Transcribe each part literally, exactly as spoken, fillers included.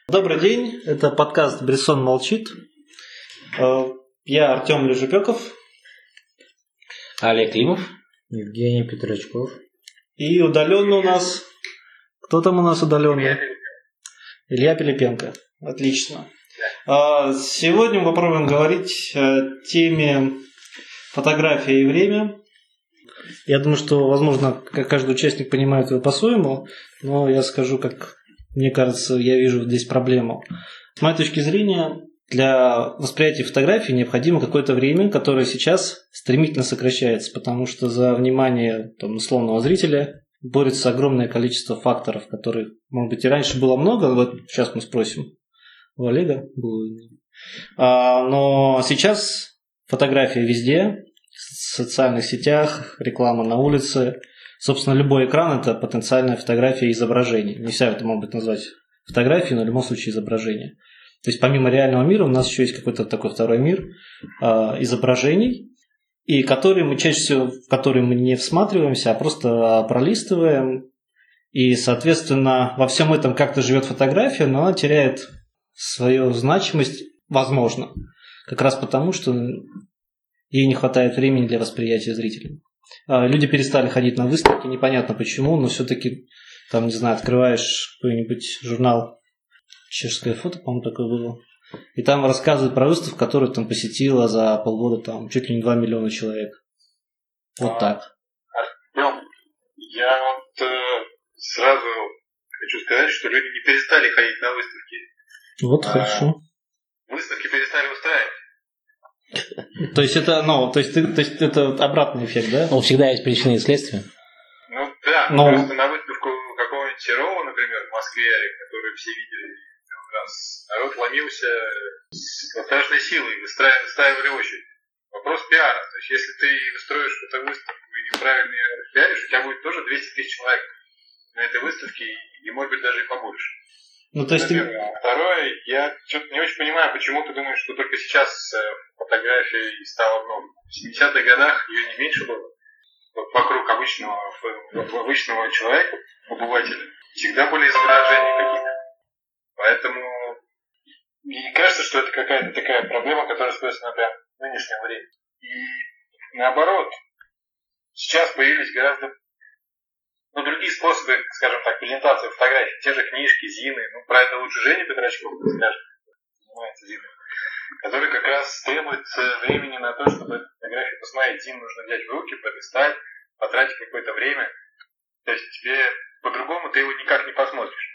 Добрый день, это подкаст «Брессон молчит». Я Артем Лежепеков. Олег Климов. Евгений Петрачков. И удаленно у нас... Кто там у нас удаленный? Илья Пилипенко. Отлично. Сегодня мы попробуем говорить о теме «Фотография и время». Я думаю, что, возможно, каждый участник понимает его по-своему, но я скажу, как мне кажется, я вижу здесь проблему. С моей точки зрения, для восприятия фотографии необходимо какое-то время, которое сейчас стремительно сокращается, потому что за внимание там, условного зрителя борется огромное количество факторов, которых, может быть, и раньше было много, вот сейчас мы спросим у Олега. А, но сейчас фотография везде, в социальных сетях, реклама на улице. Собственно, любой экран – это потенциальная фотография изображения. Нельзя это, может быть, назвать фотографией, но в любом случае изображение. То есть, помимо реального мира, у нас еще есть какой-то такой второй мир э, изображений, и который мы чаще всего, в который мы не всматриваемся, а просто пролистываем. И, соответственно, во всем этом как-то живет фотография, но она теряет свою значимость, возможно, как раз потому, что ей не хватает времени для восприятия зрителей. Люди перестали ходить на выставки, непонятно почему, но все-таки, там, не знаю, открываешь какой-нибудь журнал «Чешское фото», по-моему, такое было, и там рассказывают про выставку, которую там посетила за полгода там чуть ли не два миллиона человек. Вот а, так. Артем, я вот э, сразу хочу сказать, что люди не перестали ходить на выставки. Вот, а, хорошо. Выставки перестали устраивать. То есть это, ну, то есть, ты, то есть это обратный эффект, да? Ну, всегда есть причины и следствия. Ну да, Но... просто на выставку какого-нибудь Серова, например, в Москве, которую все видели миллион раз, народ ломился с страшной силой, выстраивали очередь. Вопрос пиара. То есть если ты строишь эту выставку и неправильно ее пиаришь, у тебя будет тоже двести тысяч человек на этой выставке, и может быть даже и побольше. Ну, то есть ты... Второе, я что-то не очень понимаю, почему ты думаешь, что только сейчас фотография стала много. В семидесятых годах ее не меньше было. Вот вокруг обычного, обычного человека, обывателя, всегда были изображения какие-то. Поэтому мне кажется, что это какая-то такая проблема, которая свойственна прям нынешнему времени. И наоборот, сейчас появились гораздо Ну, другие способы, скажем так, презентации фотографий, те же книжки, зины, ну, про это лучше Женя Петрачков скажет, занимается зиной, который как раз требует времени на то, чтобы эту фотографию посмотреть. Зин нужно взять в руки, полистать, потратить какое-то время. То есть тебе по-другому ты его никак не посмотришь.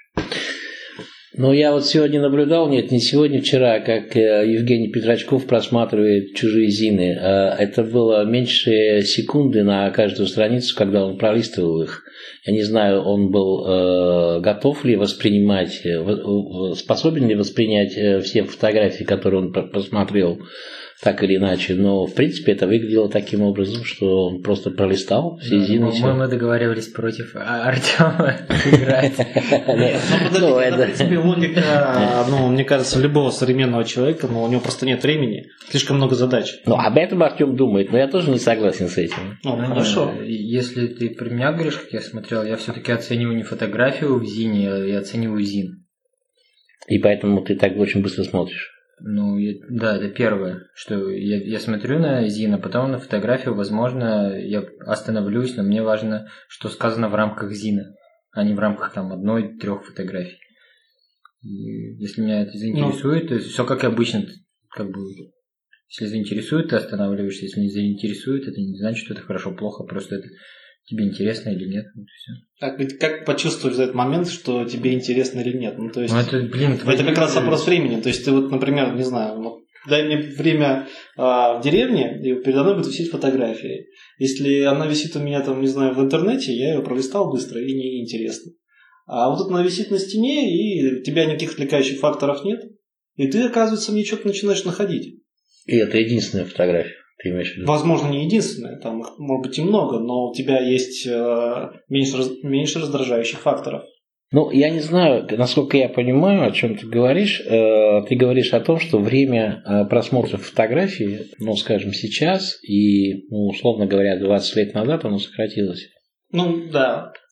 Ну, я вот сегодня наблюдал, нет, не сегодня, вчера, как Евгений Петрачков просматривает чужие зины. Это было меньше секунды на каждую страницу, когда он пролистывал их. Я не знаю, он был готов ли воспринимать, способен ли воспринять все фотографии, которые он просмотрел, так или иначе, но в принципе это выглядело таким образом, что он просто пролистал все да, зины. Мы, мы договаривались против Артема играть. Ну, в принципе, логика, мне кажется, любого современного человека, но у него просто нет времени, слишком много задач. Ну, об этом Артем думает, но я тоже не согласен с этим. Ну, хорошо. Если ты про меня говоришь, как я смотрел, я все-таки оцениваю не фотографию в зине, я оцениваю зин. И поэтому ты так очень быстро смотришь. Ну, я, да, это первое, что я, я смотрю на зин, а потом на фотографию, возможно, я остановлюсь, но мне важно, что сказано в рамках зина, а не в рамках там одной-трех фотографий. И если меня это заинтересует, ну, то есть все как обычно, как бы, если заинтересует, ты останавливаешься, если не заинтересует, это не значит, что это хорошо, плохо, просто это тебе интересно или нет. Вот все. Как, как почувствовать в этот момент, что тебе интересно или нет? Ну, то есть, ну, это, блин, это твои... как раз вопрос времени. То есть ты вот, например, не знаю, дай мне время а, в деревне, и передо мной будет висеть фотография. Если она висит у меня там, не знаю, в интернете, я ее пролистал быстро и не интересно. А вот тут она висит на стене, и у тебя никаких отвлекающих факторов нет, и ты, оказывается, мне что-то начинаешь находить. И это единственная фотография. Ты имеешь в виду? Возможно, не единственное, там их может быть и много, но у тебя есть э, меньше, меньше раздражающих факторов. Ну, я не знаю, насколько я понимаю, о чем ты говоришь. Э, ты говоришь о том, что время э, просмотра фотографий, ну, скажем, сейчас и, ну, условно говоря, двадцать лет назад оно сократилось. Ну, да.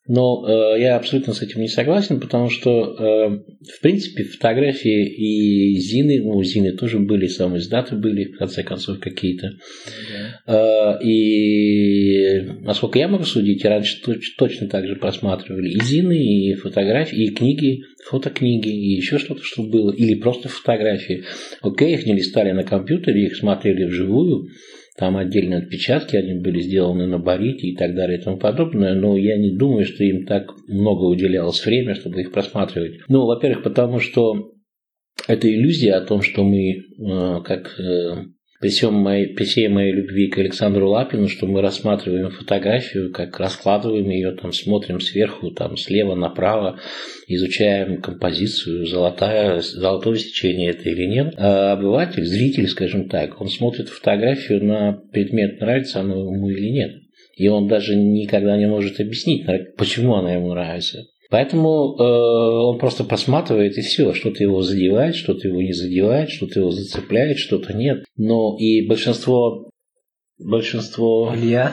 Но э, я абсолютно с этим не согласен, потому что, э, в принципе, фотографии и Зины, ну, Зины тоже были, самые издаты были, в конце концов, какие-то. Да. Э, и, насколько я могу судить, раньше точ- точно так же просматривали и Зины, и фотографии, и книги, фотокниги, и еще что-то, что было, или просто фотографии. Окей, их не листали на компьютере, их смотрели вживую. Там отдельные отпечатки, они были сделаны на барите и так далее и тому подобное, но я не думаю, что им так много уделялось время, чтобы их просматривать. Ну, во-первых, потому что это иллюзия о том, что мы, как при, всем моей, при всей моей любви к Александру Лапину, что мы рассматриваем фотографию, как раскладываем ее, там, смотрим сверху, там, слева направо, изучаем композицию, золотая, золотое сечение это или нет. А обыватель, зритель, скажем так, он смотрит фотографию на предмет, нравится она ему или нет. И он даже никогда не может объяснить, почему она ему нравится. Поэтому э, он просто просматривает и все, что-то его задевает, что-то его не задевает, что-то его зацепляет, что-то нет. Но и большинство... большинство... Илья?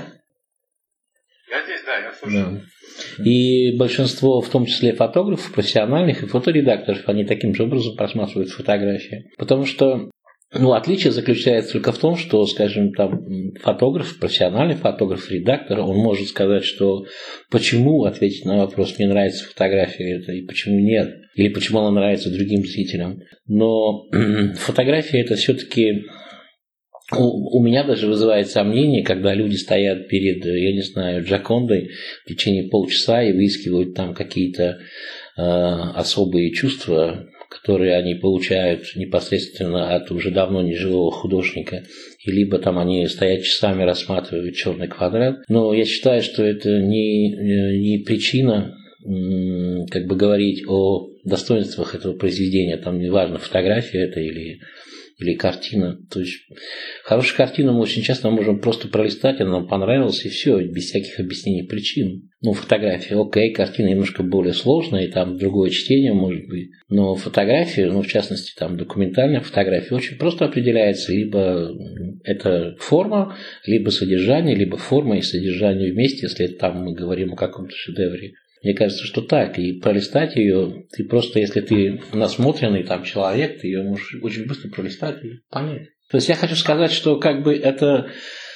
Я здесь, да, я слушаю. Да. И большинство, в том числе фотографов, профессиональных и фоторедакторов, они таким же образом просматривают фотографии. Потому что ну, отличие заключается только в том, что, скажем, там, фотограф, профессиональный фотограф, редактор, он может сказать, что почему, ответить на вопрос, мне нравится фотография это и почему нет, или почему она нравится другим зрителям. Но фотография это все-таки... У, у меня даже вызывает сомнение, когда люди стоят перед, я не знаю, Джокондой в течение полчаса и выискивают там какие-то э, особые чувства, которые они получают непосредственно от уже давно неживого художника, и либо там они стоят часами, рассматривают черный квадрат. Но я считаю, что это не, не причина как бы говорить о достоинствах этого произведения. Там неважно, фотография это или, или картина. То есть хорошую картину мы очень часто можем просто пролистать, она нам понравилась, и все, без всяких объяснений причин. Ну, фотография, окей, картина немножко более сложная, и там другое чтение может быть. Но фотография, ну, в частности, там документальная фотография очень просто определяется. Либо это форма, либо содержание, либо форма и содержание вместе, если там мы говорим о каком-то шедевре. Мне кажется, что так. И пролистать ее, ты просто, если ты насмотренный там человек, ты ее можешь очень быстро пролистать и понять. То есть я хочу сказать, что как бы это...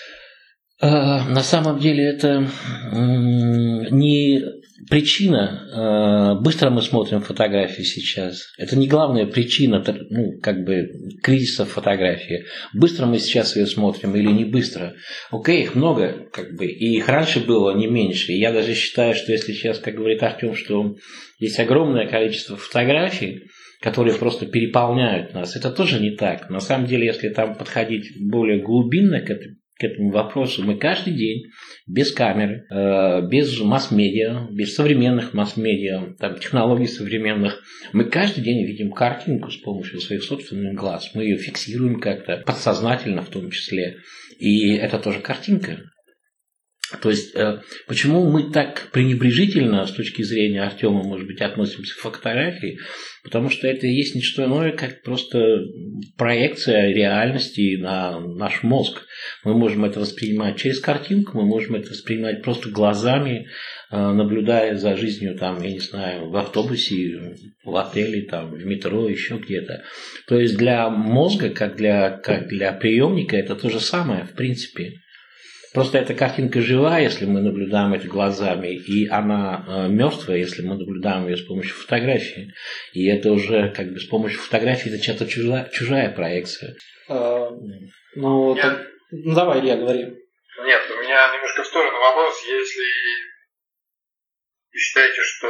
На самом деле это не причина, быстро мы смотрим фотографии сейчас, это не главная причина ну, как бы, кризиса фотографии. Быстро мы сейчас ее смотрим или не быстро. Окей, их много, как бы, и их раньше было не меньше. И я даже считаю, что если сейчас, как говорит Артем, что есть огромное количество фотографий, которые просто переполняют нас, это тоже не так. На самом деле, если там подходить более глубинно к этому, к этому вопросу, мы каждый день без камеры, без масс-медиа, без современных масс-медиа, там, технологий современных, мы каждый день видим картинку с помощью своих собственных глаз. Мы ее фиксируем как-то, подсознательно в том числе. И это тоже картинка. То есть, почему мы так пренебрежительно с точки зрения Артема, может быть, относимся к фотографии? Потому что это и есть не что иное, как просто проекция реальности на наш мозг. Мы можем это воспринимать через картинку, мы можем это воспринимать просто глазами, наблюдая за жизнью, там, я не знаю, в автобусе, в отеле, там, в метро, еще где-то. То есть для мозга, как для, как для приемника, это то же самое, в принципе. Просто эта картинка живая, если мы наблюдаем это глазами, и она э, мертвая, если мы наблюдаем ее с помощью фотографии. И это уже как бы с помощью фотографии это чья-то чужая, чужая проекция. А, ну, так, ну, давай, Илья, говори. Нет, у меня немножко в сторону вопрос. Если вы считаете, что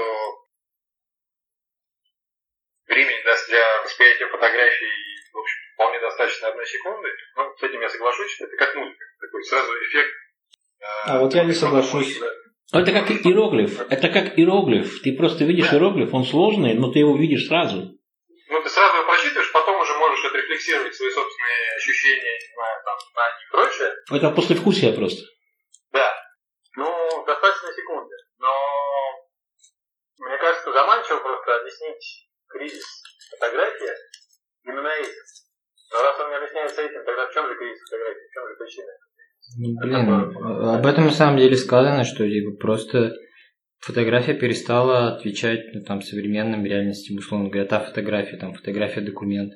времени для восприятия фотографий, в общем, вполне достаточно одной секунды, ну, с этим я соглашусь, это как музыка, такой сразу эффект. А э, вот я не соглашусь. Это как иероглиф, это как иероглиф, ты просто видишь да. иероглиф, он сложный, но ты его видишь сразу. Ну, ты сразу его прочитываешь, потом уже можешь отрефлексировать свои собственные ощущения, не знаю, там, знания и прочее. Это послевкусие просто. Да, ну, достаточно секунды, но мне кажется, заманчиво просто объяснить кризис фотографии именно этим. Но раз он не объясняется этим, тогда в чем же кризис фотографии, в чем же причина? Ну, блин, об этом на самом деле сказано, что типа просто фотография перестала отвечать ну, там, современным реальностям, условно говоря, та фотография, там, фотография-документ.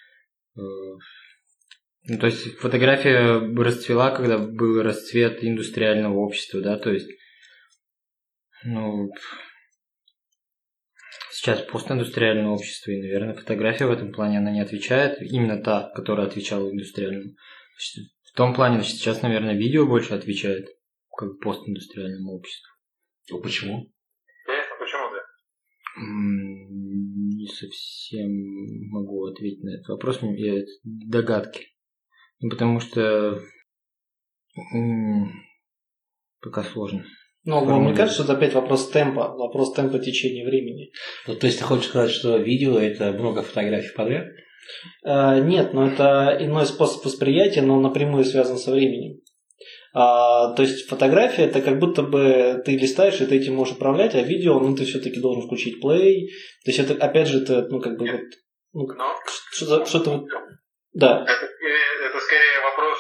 Ну, то есть фотография расцвела, когда был расцвет индустриального общества, да, то есть, ну, сейчас постиндустриальное общество, и, наверное, фотография в этом плане, она не отвечает, именно та, которая отвечала индустриальному. В том плане, значит, сейчас, наверное, видео больше отвечает, как постиндустриальному обществу. А почему? Интересно, почему, да? Не совсем могу ответить на этот вопрос, я догадки. Ну, потому что м- пока сложно. Ну, вам не кажется, что это опять вопрос темпа, вопрос темпа течения времени? Ну, то есть ты хочешь сказать, что видео – это много фотографий подряд? А, нет, но это иной способ восприятия, но он напрямую связан со временем. А, то есть фотография – это как будто бы ты листаешь, и ты этим можешь управлять, а видео, ну, ты все-таки должен включить плей. То есть это, опять же, это, ну, как бы вот… Ну, Но что-то, что-то вот… Да. это, это скорее вопрос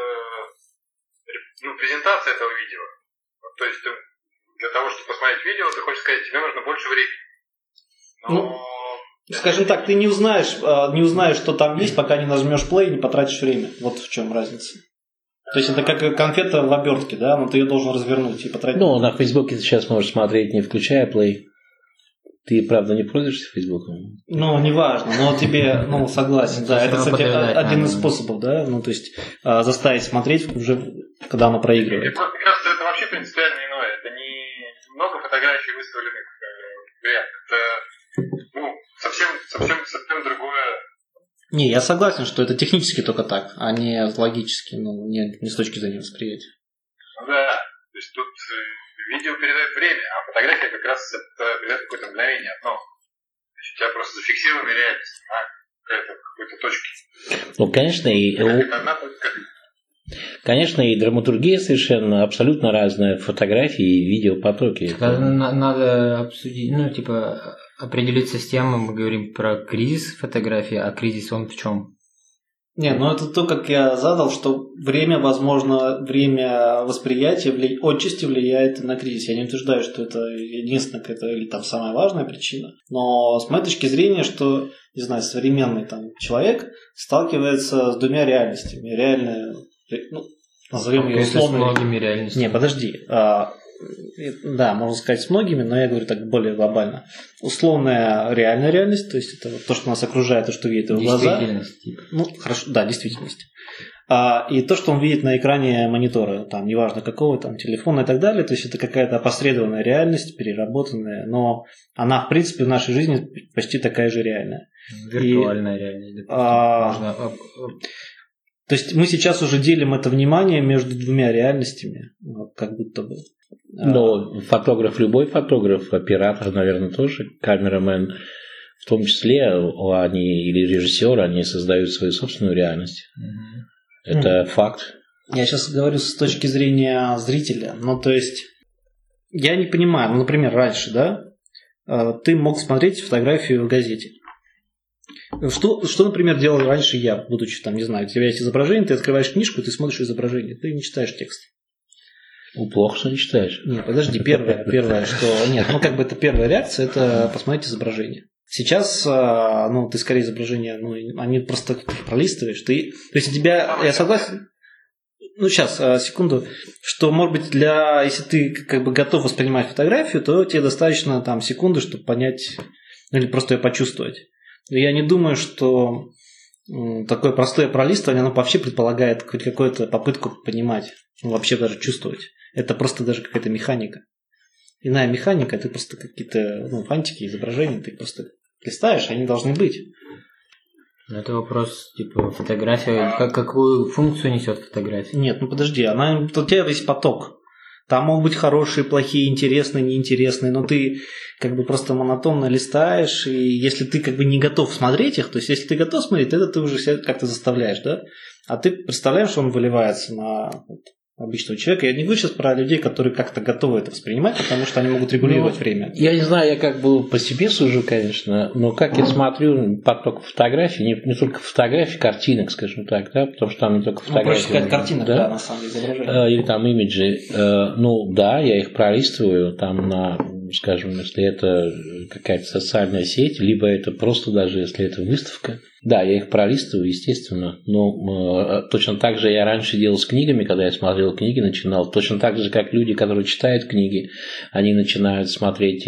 ну, презентации этого видео. То есть ты, для того, чтобы посмотреть видео, ты хочешь сказать, тебе нужно больше времени. Но... Ну, скажем так, ты не узнаешь, не узнаешь, что там есть, пока не нажмешь play и не потратишь время. Вот в чем разница. То есть это как конфета в обертке, да, но ты ее должен развернуть и потратить. Ну, на Фейсбуке ты сейчас можешь смотреть, не включая play. Ты, правда, не пользуешься Фейсбуком? Ну, неважно, но тебе, ну, согласен, да, это, кстати, один из способов, да, ну, то есть заставить смотреть уже, когда оно проигрывает. Мне кажется, это вообще принципиально иное. Это не много фотографий выставленных в ряд. Это, ну, совсем, совсем, совсем другое. Не, я согласен, что это технически только так, а не логически, ну, не, не с точки зрения восприятия. Ну да, то есть тут видео передает время, а фотография как раз это передает какое-то мгновение одно. То есть у тебя просто зафиксирована реальность на какой-то, какой-то точке. Ну, конечно, и... Это одна точка. Конечно, и драматургия совершенно абсолютно разная, фотографии и видеопотоки. Это... Надо обсудить, ну, типа, определиться с тем, мы говорим про кризис фотографии, а кризис он в чем? Не, ну это то, как я задал, что время, возможно, время восприятия вли... отчасти влияет на кризис. Я не утверждаю, что это единственная какая-то или там самая важная причина. Но с моей точки зрения, что, не знаю, современный там человек сталкивается с двумя реальностями. Реальная, ну, назовем ее условно. С многими реальностями. Не, подожди. А, да, можно сказать с многими, но я говорю так более глобально. Условная реальная реальность, то есть это вот то, что нас окружает, то, что видит его глаза. Действительность. Типа. Ну, хорошо, да, действительность. А, и то, что он видит на экране монитора, там, неважно какого, там, телефона и так далее, то есть это какая-то опосредованная реальность, переработанная, но она, в принципе, в нашей жизни почти такая же реальная. Виртуальная и, реальность, допустим. А, Можно... То есть мы сейчас уже делим это внимание между двумя реальностями, как будто бы. Но фотограф, любой фотограф, оператор, наверное, тоже, камерамен, в том числе, они или режиссеры, они создают свою собственную реальность. Mm-hmm. Это mm-hmm. факт. Я сейчас говорю с точки зрения зрителя. Ну, то есть, я не понимаю, ну, например, раньше, да, ты мог смотреть фотографию в газете. Что, что, например, делал раньше я, будучи там, не знаю, у тебя есть изображение, ты открываешь книжку, ты смотришь изображение, ты не читаешь текст. Ну, плохо, что не читаешь. Нет, подожди, первое, первое, что... Нет, ну, как бы это первая реакция, это посмотреть изображение. Сейчас, ну, ты скорее изображение, ну, они просто пролистываешь. Ты, то есть у тебя, я согласен, ну, сейчас, секунду, что, может быть, для, если ты как бы готов воспринимать фотографию, то тебе достаточно там секунды, чтобы понять, ну, или просто ее почувствовать. Я не думаю, что такое простое пролистывание, оно вообще предполагает хоть какую-то попытку понимать, ну, вообще даже чувствовать. Это просто даже какая-то механика. Иная механика, ты просто какие-то ну, фантики, изображения, ты просто листаешь, они должны быть. Это вопрос, типа, фотография, как, какую функцию несет фотография? Нет, ну подожди, она, у тебя весь поток. Там могут быть хорошие, плохие, интересные, неинтересные, но ты как бы просто монотонно листаешь, и если ты как бы не готов смотреть их, то есть если ты готов смотреть, это ты уже себя как-то заставляешь, да? А ты представляешь, что он выливается на вот, обычного человека. Я не говорю сейчас про людей, которые как-то готовы это воспринимать, потому что они могут регулировать ну, время. Я не знаю, я как бы по себе сужу, конечно, но как я смотрю поток фотографий, не, не только фотографий, картинок, скажем так, да, потому что там не только фотографии. Ну, проще сказать, картинок, да? Да, на самом деле, изображения. Или там имиджи. Ну, да, я их пролистываю, там на скажем, если это какая-то социальная сеть, либо это просто даже, если это выставка. Да, я их пролистываю, естественно, но э, точно так же я раньше делал с книгами, когда я смотрел книги, начинал, точно так же, как люди, которые читают книги, они начинают смотреть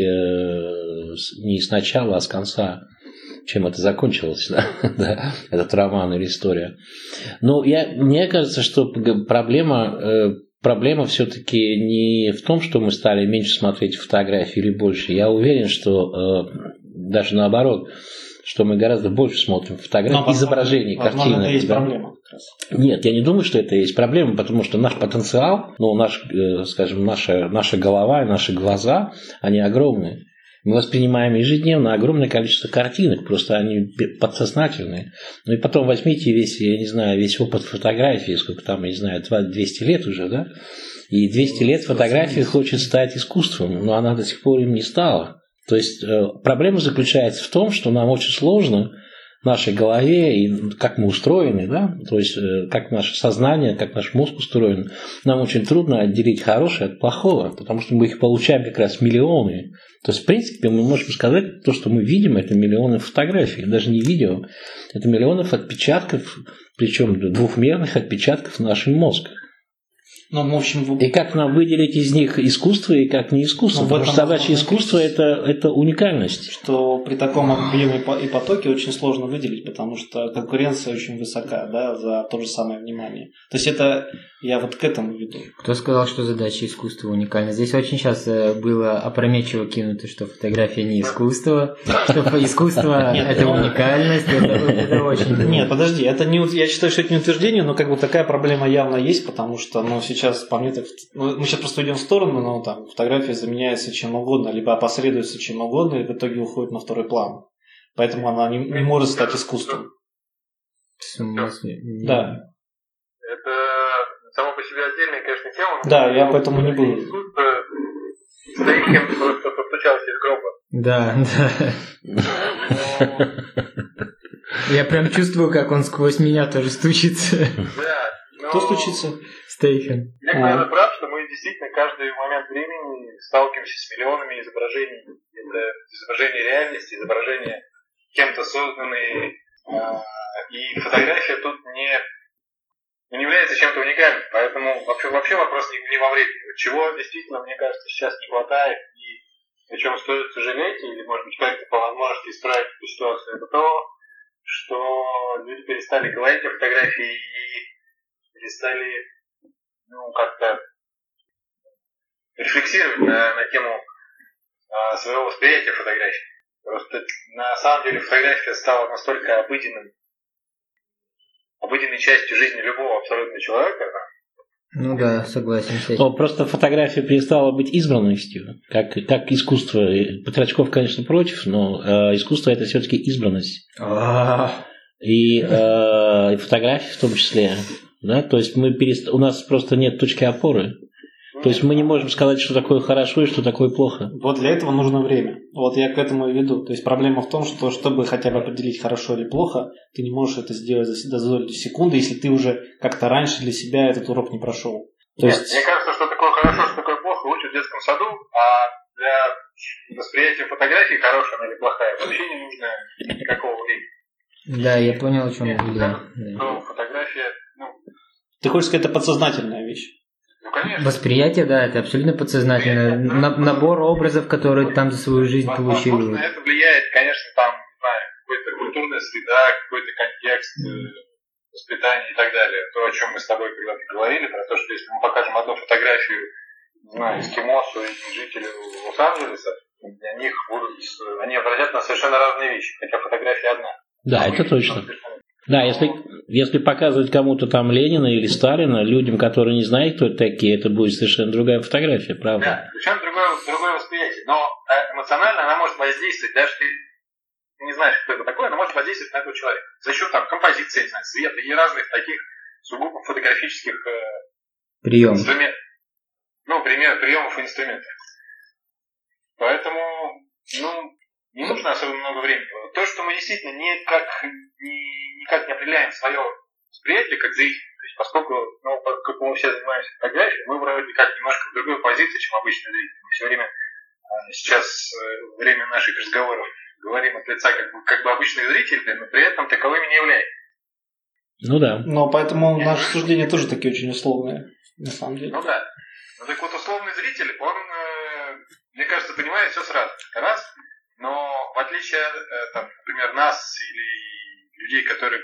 э, не сначала, а с конца, чем это закончилось, да? Да, этот роман или история. Но я, мне кажется, что проблема... Э, Проблема все-таки не в том, что мы стали меньше смотреть фотографии или больше. Я уверен, что э, даже наоборот, что мы гораздо больше смотрим фотографии, Но, изображений, возможно, картинок. Это есть да? проблема как раз. Нет, я не думаю, что это есть проблема, потому что наш потенциал, ну, наш, э, скажем, наша, наша голова и наши глаза, они огромные. Мы воспринимаем ежедневно огромное количество картинок, просто они подсознательные. Ну и потом возьмите весь, я не знаю, весь опыт фотографии, сколько там, я не знаю, двести лет уже, да? И двести лет фотографии хочет стать искусством, но она до сих пор им не стала. То есть проблема заключается в том, что нам очень сложно в нашей голове, и как мы устроены, да, то есть как наше сознание, как наш мозг устроен, нам очень трудно отделить хорошее от плохого, потому что мы их получаем как раз миллионы. То есть, в принципе, мы можем сказать, то, что мы видим, это миллионы фотографий, даже не видео, это миллионов отпечатков, причем двухмерных отпечатков в нашем мозге. Ну, в общем, и как нам выделить из них искусство и как не искусство? Ну, потому что задача искусства это, – это уникальность. Что при таком объеме и потоке очень сложно выделить, потому что конкуренция очень высока, да, за то же самое внимание. То есть это я вот к этому веду. Кто сказал, что задача искусства уникальна? Здесь очень сейчас было опрометчиво кинуто, что фотография не искусство, что искусство – это уникальность, это очень… Нет, подожди, это не, я считаю, что это не утверждение, но как бы такая проблема явно есть, потому что, ну, сейчас по мне так, ну, мы сейчас просто идем в сторону, но там фотография заменяется чем угодно, либо опосредуется чем угодно, и в итоге уходит на второй план. Поэтому она не, не может стать искусством. В смысле? Да. Это само по себе отдельная, конечно, тема. Да, я поэтому не буду. Искусство стоит кем-то просто постучался из гроба. Да, да. Я прям чувствую, как он сквозь меня тоже стучится. Да. Кто стучится? Стейхен. Я, наверное, прав, что мы действительно каждый момент времени сталкиваемся с миллионами изображений. Это изображение реальности, изображение кем-то созданные. И фотография тут не, не является чем-то уникальным. Поэтому вообще, вообще вопрос не, не во времени. Вот чего действительно, мне кажется, сейчас не хватает и о чем стоит сожалеть, или, может быть, как-то по возможности исправить эту ситуацию, это то, что люди перестали говорить о фотографии и перестали, ну, как-то рефлексировать на, на тему а, своего восприятия фотографий. Просто на самом деле фотография стала настолько обыденным, обыденной частью жизни любого абсолютно человека. Да? Ну да, согласен с этим. Но просто фотография перестала быть избранностью, как, как искусство. Петрачков, конечно, против, но э, искусство это все-таки избранность. И, э, и фотографии в том числе. Да? То есть мы перест... у нас просто нет точки опоры. То есть мы не можем сказать, что такое хорошо и что такое плохо. Вот для этого нужно время. Вот я к этому и веду. То есть проблема в том, что чтобы хотя бы определить хорошо или плохо, ты не можешь это сделать за долю секунды, если ты уже как-то раньше для себя этот урок не прошел. То Нет, есть... Мне кажется, что такое хорошо, что такое плохо учат в детском саду, а для восприятия фотографии, хорошая она или плохая, вообще не нужно никакого времени. Да, я понял, о чем вы говорили. Ну, фотография, ну... Ты хочешь сказать, это подсознательная вещь? Ну, конечно. Восприятие, да, это абсолютно подсознательно. На, набор образов, которые ты там за свою жизнь получил. Возможно, это влияет, конечно, там, не знаю, какая-то культурная среда, какой-то контекст, воспитание и так далее. То, о чем мы с тобой когда-то говорили, про то, что если мы покажем одну фотографию, не знаю, эскимосу и жителю Лос-Анджелеса, для них будут, они обратят на совершенно разные вещи, хотя фотография одна. Да, это точно. Да, если, если показывать кому-то там Ленина или Сталина, людям, которые не знают, кто это такие, это будет совершенно другая фотография, правда? Да, совершенно другое, другое восприятие. Но эмоционально она может воздействовать, даже ты не знаешь, кто это такое, она может воздействовать на этого человека. За счет там композиции, не знаю, света и разных таких сугубо фотографических э, приемов. инструментов. Ну, пример, приемов и инструментов. Поэтому, ну, не нужно особенно много времени. То, что мы действительно никак не, никак не определяем свое восприятие как зритель, то есть поскольку, ну, как мы все занимаемся фотографией, мы вроде как немножко в другой позиции, чем обычный зритель. Мы все время сейчас время наших разговоров говорим от лица как бы, как бы обычных зрителей, но при этом таковыми не являемся. Ну да. Но поэтому наши суждения тоже такие очень условные, на самом деле. Ну да. Ну так вот, условный зритель, он, мне кажется, понимает все сразу. Раз. Но в отличие, там, например, нас или людей, которые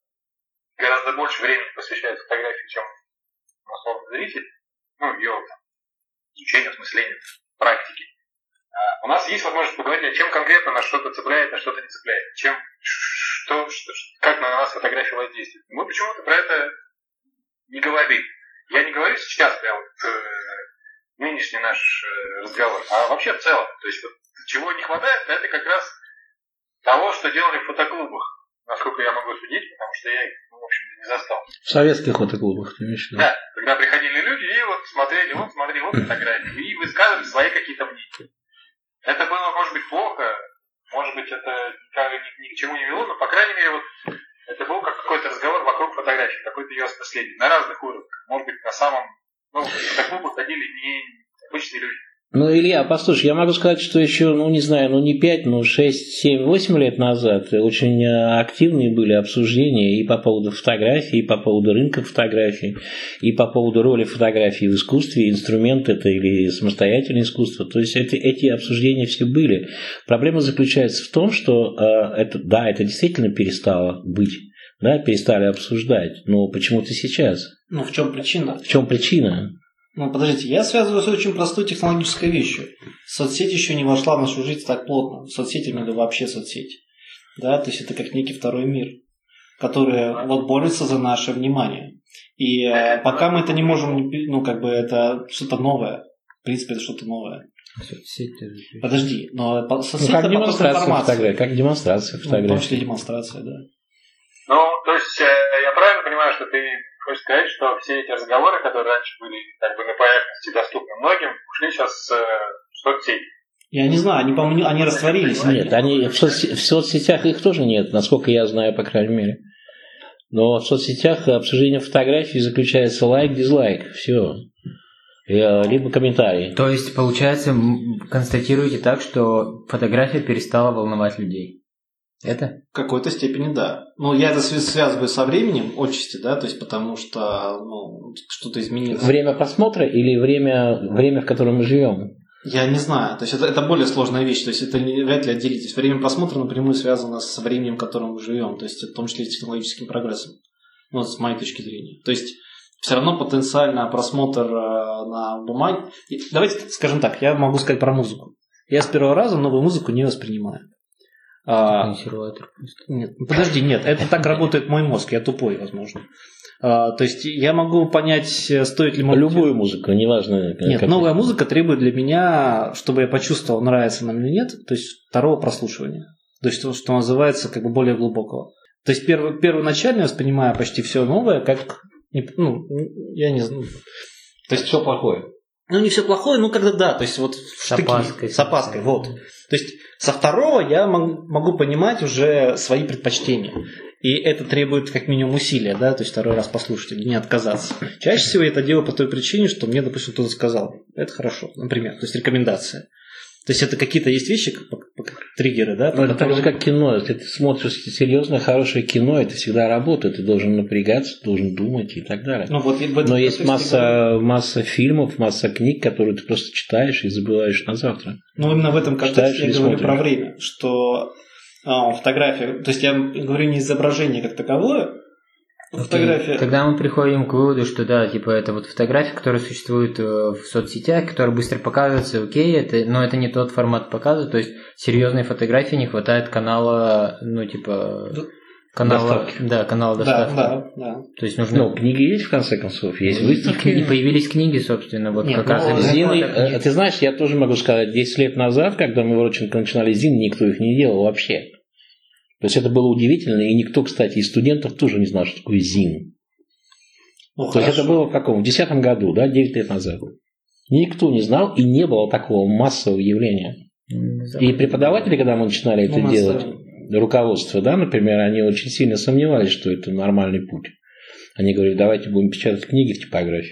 гораздо больше времени посвящают фотографии, чем условный зритель, ну, ее там, изучению, осмыслению, практики, у нас есть возможность поговорить о чем конкретно нас что-то цепляет, а что-то не цепляет, чем, что, что, как на нас фотография воздействует. Мы почему-то про это не говорим. Я не говорю сейчас прям вот, э, нынешний наш э, разговор, а вообще в целом. То есть вот, чего не хватает, это как раз того, что делали в фотоклубах, насколько я могу судить, потому что я их, ну, в общем-то, не застал. В советских фотоклубах, ты имеешь в виду? Да, когда приходили люди и вот смотрели, вот смотри, вот фотографии, и высказывали свои какие-то мнения. Это было, может быть, плохо, может быть, это ни, ни к чему не вело, но, по крайней мере, вот это был как какой-то разговор вокруг фотографии, какой-то ее осмысление, на разных уровнях. Может быть, на самом, ну, в фотоклубы ходили не обычные люди. Ну, Илья, послушай, я могу сказать, что еще, ну, не знаю, ну, не пять, ну, шесть, семь, восемь лет назад очень активные были обсуждения и по поводу фотографий, и по поводу рынка фотографий, и по поводу роли фотографии в искусстве, инструмент это или самостоятельное искусство. То есть эти, эти обсуждения все были. Проблема заключается в том, что э, это, да, это действительно перестало быть, да, перестали обсуждать, но почему-то сейчас. Ну, в чем причина? В чем причина? Ну, подождите, я связываю с очень простой технологической вещью. Соцсеть еще не вошла в нашу жизнь так плотно. Соцсети, или вообще соцсети. Да, то есть это как некий второй мир, который вот борется за наше внимание. И э, пока мы это не можем, ну, как бы это что-то новое. В принципе, это что-то новое. Соцсети. Подожди, но соцсети ну, как это демонстрация фотографий. Как демонстрация фотографий. Ну, в том числе демонстрация, да. Ну, то есть я правильно понимаю, что ты хочешь сказать, что все эти разговоры, которые раньше были как бы на поверхности доступны многим, ушли сейчас в соцсети? Я не знаю, они, по-моему, они растворились. Нет, они в, соц... в соцсетях их тоже нет, насколько я знаю, по крайней мере. Но в соцсетях обсуждение фотографий заключается лайк-дизлайк, все. Либо комментарии. То есть, получается, констатируете так, что фотография перестала волновать людей? Это? В какой-то степени да. Ну, я это связываю со временем отчасти, да, то есть потому что ну, что-то изменилось. Время просмотра или время, время, в котором мы живем? Я не знаю. То есть это, это более сложная вещь. То есть это не, вряд ли отделить. То есть время просмотра напрямую связано со временем, в котором мы живем. То есть в том числе и с технологическим прогрессом. Ну, с моей точки зрения. То есть все равно потенциально просмотр э, на бумаге. Давайте скажем так, я могу сказать про музыку. Я с первого раза новую музыку не воспринимаю. Консерватор просто. Нет, подожди, нет, это так работает мой мозг, я тупой, возможно. А, то есть я могу понять, стоит ли... Любую музыку, неважно. Нет, новая музыка требует для меня, чтобы я почувствовал, нравится нам или нет, то есть второго прослушивания. То есть то, что называется, как бы более глубокого. То есть перв, первоначально я воспринимаю почти все новое, как, ну, я не знаю, то есть все плохое. Ну, не все плохое, ну, когда да, то есть вот в с опаской. С опаской, вот. То есть со второго я могу понимать уже свои предпочтения. И это требует как минимум усилия, да, то есть второй раз послушать или не отказаться. Чаще всего я это делаю по той причине, что мне, допустим, кто-то сказал. Это хорошо, например, то есть рекомендация. То есть это какие-то есть вещи, как, как триггеры, да? Ну, это так же, как кино. Если ты смотришь серьезное, хорошее кино, это всегда работает. Ты должен напрягаться, должен думать и так далее. Ну, вот, Но есть масса, масса фильмов, масса книг, которые ты просто читаешь и забываешь на завтра. Ну, именно в этом контексте я говорю про время, что а, фотография, то есть я говорю не изображение как таковое, фотография. Тогда мы приходим к выводу, что да, типа это вот фотография, которая существует в соцсетях, которая быстро показывается, окей, это, но это не тот формат показа, то есть серьезной фотографии не хватает канала, ну типа канала, доставки. Да, канала доставки. Да, да, да. То есть нужно. Ну, книги есть в конце концов, есть выставки. И появились книги, собственно, вот Нет, как ну, раз. Зины, э, ты знаешь, я тоже могу сказать, десять лет назад, когда мы в Родченко начинали Зин, никто их не делал вообще. То есть это было удивительно, и никто, кстати, из студентов тоже не знал, что такое Зин. Ну, То есть это было в каком? В десятом году, да, девять лет назад. Никто не знал, и не было такого массового явления. И преподаватели, когда мы начинали это ну, делать, руководство, да, например, они очень сильно сомневались, что это нормальный путь. Они говорили, давайте будем печатать книги в типографии.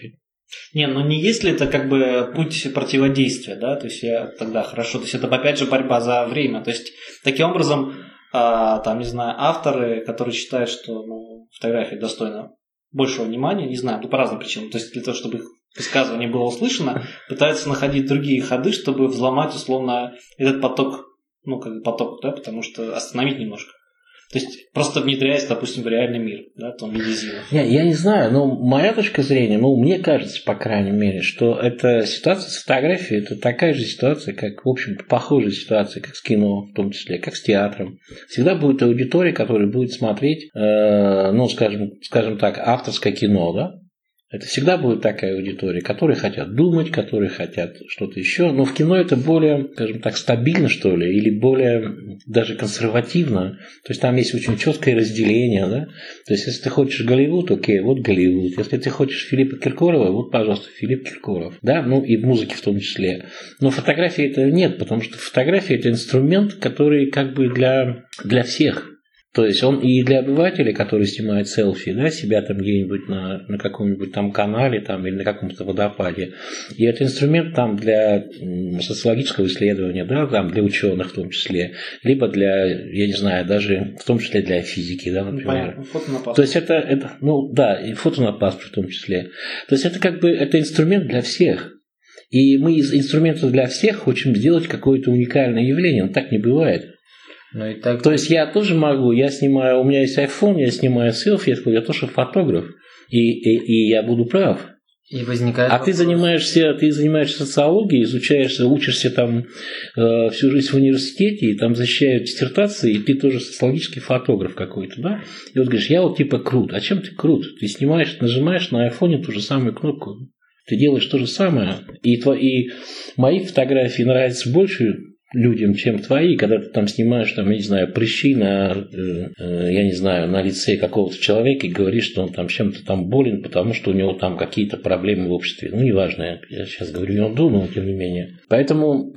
Не, ну не есть ли это как бы путь противодействия, да? То есть я тогда хорошо, то есть это опять же борьба за время. То есть таким образом, а, там, не знаю, авторы, которые считают, что ну, фотография достойна большего внимания, не знаю, ну, по разным причинам. То есть для того, чтобы их высказывание было услышано, пытаются находить другие ходы, чтобы взломать условно этот поток, ну как бы поток, да, потому что остановить немножко. То есть просто внедряясь, допустим, в реальный мир, да, в том виде зина. Я, я не знаю, но моя точка зрения, ну, мне кажется, по крайней мере, что эта ситуация с фотографией, это такая же ситуация, как, в общем, похожая ситуация, как с кино, в том числе, как с театром. Всегда будет аудитория, которая будет смотреть, э, ну, скажем, скажем так, авторское кино, да? Это всегда будет такая аудитория, которые хотят думать, которые хотят что-то еще. Но в кино это более, скажем так, стабильно, что ли, или более даже консервативно. То есть там есть очень четкое разделение. Да? То есть если ты хочешь Голливуд, окей, вот Голливуд. Если ты хочешь Филиппа Киркорова, вот, пожалуйста, Филипп Киркоров. Да? Ну и в музыке в том числе. Но фотографии это нет, потому что фотография это инструмент, который как бы для, для всех. То есть он и для обывателя, который снимает селфи, да, себя там где-нибудь на, на каком-нибудь там канале там, или на каком-то водопаде. И это инструмент там для социологического исследования, да, там для ученых в том числе, либо для, я не знаю, даже в том числе для физики, да, например. Понятно. Фото на паспорт. То есть это, это, ну да, и фото на паспорт в том числе. То есть это как бы это инструмент для всех. И мы из инструмента для всех хотим сделать какое-то уникальное явление, но так не бывает. Ну, и так... То есть я тоже могу, я снимаю, у меня есть iPhone, я снимаю селфи, я, я тоже фотограф, и, и, и я буду прав. И возникает а вопрос. ты занимаешься, ты занимаешься социологией, изучаешься, учишься там э, всю жизнь в университете, и там защищают диссертации, и ты тоже социологический фотограф какой-то, да? И вот говоришь, я вот типа крут. А чем ты крут? Ты снимаешь, нажимаешь на айфоне ту же самую кнопку, ты делаешь то же самое, и, твои, и мои фотографии нравятся больше людям, чем твои, когда ты там снимаешь, там, я не знаю, прыщи на, э, э, я не знаю, на лице какого-то человека и говоришь, что он там чем-то там болен, потому что у него там какие-то проблемы в обществе. Ну, неважно, я сейчас говорю ерунду, но тем не менее. Поэтому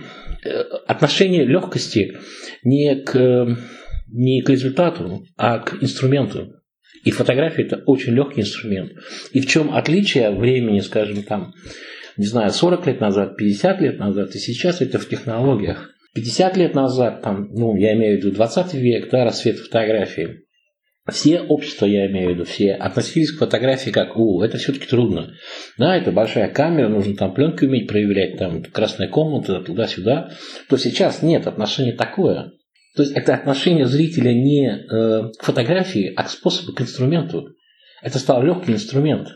отношение легкости не к, не к результату, а к инструменту. И фотография – это очень легкий инструмент. И в чем отличие времени, скажем, там, не знаю, сорок лет назад, пятьдесят лет назад, и сейчас это в технологиях. пятьдесят лет назад, там, ну, я имею в виду двадцатый век, да, расцвет фотографии, все общества, я имею в виду, все относились к фотографии как, у, это все-таки трудно. Да, это большая камера, нужно там пленку уметь проявлять, там, красная комната, туда-сюда. То сейчас нет, отношение такое. То есть это отношение зрителя не э, к фотографии, а к способу, к инструменту. Это стал легкий инструмент.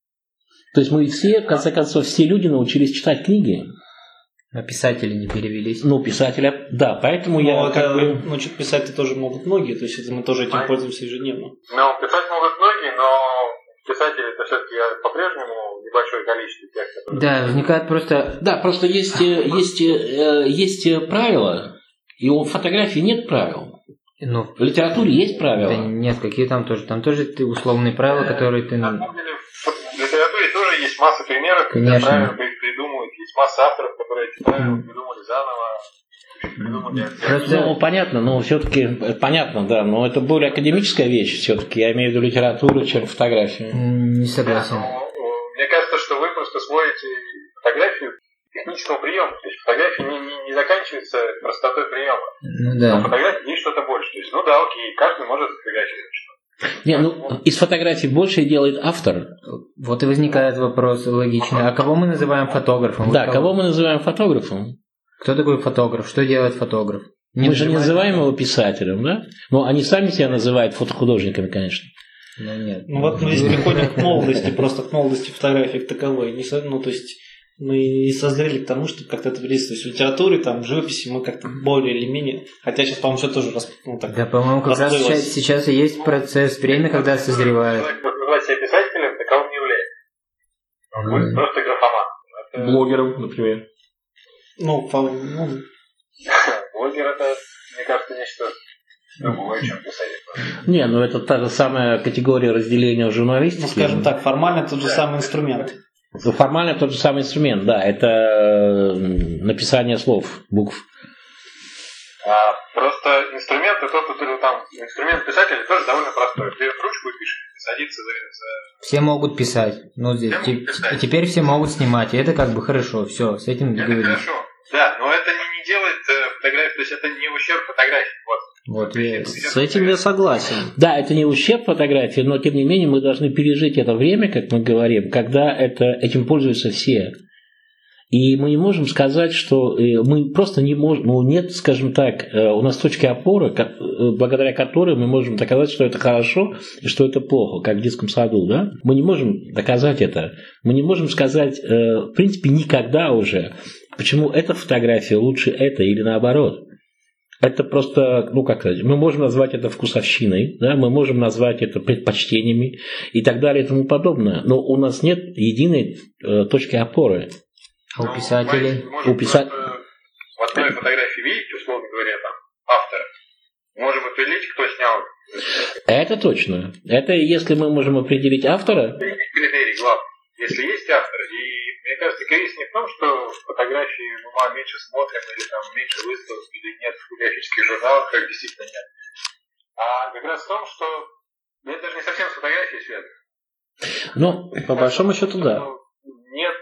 То есть мы все, в конце концов, все люди научились читать книги. А писатели не перевелись. Ну, писателя, да, поэтому ну, я это, как бы... Ну, что писать-то тоже могут многие, то есть это мы тоже этим а пользуемся ежедневно. Ну, писать могут многие, но писатели это все-таки по-прежнему небольшое количество тех, которые... Да, возникает просто... Да, просто есть, есть, есть правила, и у фотографии нет правил. Ну, в литературе есть правила. Да нет, какие там тоже. Там тоже ты условные правила, которые ты... На самом деле, в литературе тоже есть масса примеров, Конечно. где правила придумывают. Есть масса авторов, которые эти правила придумали заново. Придумали Просто... Ну, понятно, но все-таки понятно, да, но это более академическая вещь все-таки. Я имею в виду литературу, чем фотографию. Не согласен. Да, но, мне кажется, что вы просто сводите фотографию к техническому приему. То есть фотография не, не, не заканчивается простотой приема. Ну да. Но в фотографии есть что-то больше. То есть, ну да, окей, каждый может фотографировать что-то. Не, ну, из фотографий больше делает автор. Вот и возникает вопрос логичный. А кого мы называем фотографом? Да, кого? кого мы называем фотографом? Кто такой фотограф? Что делает фотограф? Не мы же не называем его писателем, да? Но они сами себя называют фотохудожниками, конечно. Ну, нет. Ну вот мы здесь приходим к молодости, просто к молодости фотографии как таковой. Не, ну, то есть мы не созрели к тому, чтобы как-то это влиться. То есть в литературе, там, в живописи мы как-то более или менее... Хотя сейчас, по-моему, все тоже рас... ну, так, да, по-моему, как раз сейчас, сейчас и есть процесс, время, когда созревает. Человек называет себя писателем, таковым не является. Он Mm. будет просто графоман. Это... Блогером, например. Ну, по... ну... Блогер это, мне кажется, нечто другое, чем писатель. Не, ну это та же самая категория разделения в журналистике. Ну, скажем так, формально тот же самый инструмент. Формально тот же самый инструмент, да, это написание слов, букв. А, просто инструмент, это тот, который там, инструмент писателя тоже довольно простой. Берет ручку и пишет. садиться за... за... Все могут писать. Ну, здесь, все могут писать. Теперь все могут снимать, и это как бы хорошо. Все, с этим договорились. Это хорошо. Да, но это не, не делает фотографию, то есть это не ущерб фотографии. Вот. Вот, и... С этим я согласен. Да, это не ущерб фотографии, но тем не менее мы должны пережить это время, как мы говорим, когда это, этим пользуются все. И мы не можем сказать, что мы просто не можем, ну нет, скажем так, у нас точки опоры, благодаря которой мы можем доказать, что это хорошо и что это плохо, как в детском саду, да? Мы не можем доказать это. Мы не можем сказать, в принципе, никогда уже, почему эта фотография лучше этой или наоборот. Это просто, ну как сказать, мы можем назвать это вкусовщиной, да, мы можем назвать это предпочтениями и так далее и тому подобное. Но у нас нет единой э, точки опоры. А у писателей? Мы можем у писа... в одной фотографии видеть, условно говоря, там, автора. Можем определить, кто снял. Это точно. Это если мы можем определить автора. Критерий главный. Если есть автор, и мне кажется, кризис не в том, что фотографии мы меньше смотрим, или там меньше выставок, или нет в фотографических журналах, как действительно нет. А как раз в том, что это даже не совсем с фотографией связано. Ну, по большому счету, да. Нет,